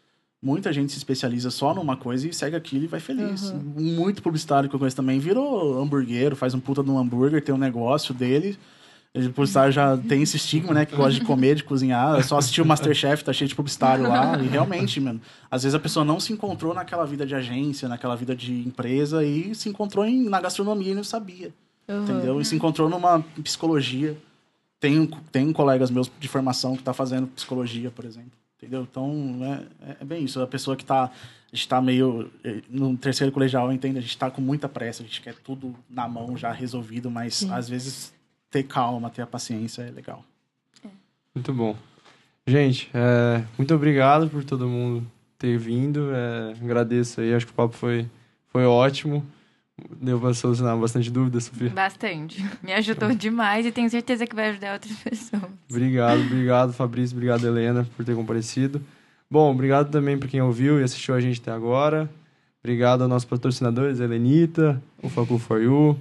Muita gente se especializa só numa coisa e segue aquilo e vai feliz. Uhum. Muito publicitário que eu conheço também virou hamburguero, faz um puta de um hambúrguer, tem um negócio dele. O publicitário já tem esse estigma, né? Que gosta de comer, de cozinhar. É só assistir o Masterchef, tá cheio de publicitário lá. E realmente, mano, às vezes a pessoa não se encontrou naquela vida de agência, naquela vida de empresa e se encontrou em, na gastronomia e não sabia. Uhum. Entendeu? E se encontrou numa psicologia. Tem, tem colegas meus de formação que tá fazendo psicologia, por exemplo. Entendeu? Então, é, é bem isso. A pessoa que tá, a gente tá meio... No terceiro colegial, entende? A gente tá com muita pressa, a gente quer tudo na mão, já resolvido, mas Sim. às vezes ter calma, ter a paciência é legal. É. Muito bom. Gente, é, muito obrigado por todo mundo ter vindo. É, agradeço aí, acho que o papo foi, foi ótimo. Deu para solucionar bastante dúvidas, Sofia? Bastante. Me ajudou demais e tenho certeza que vai ajudar outras pessoas. Obrigado, obrigado, Fabrício. Obrigado, Helena, por ter comparecido. Bom, obrigado também para quem ouviu e assistiu a gente até agora. Obrigado aos nossos patrocinadores, a Helenita, o Facu for You.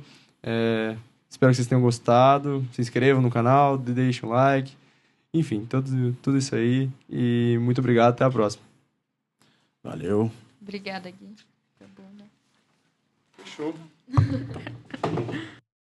É, espero que vocês tenham gostado. Se inscrevam no canal, deixem um like. Enfim, tudo, tudo isso aí. E muito obrigado. Até a próxima. Valeu. Obrigada, Gui. Tá bom, né? Fechou.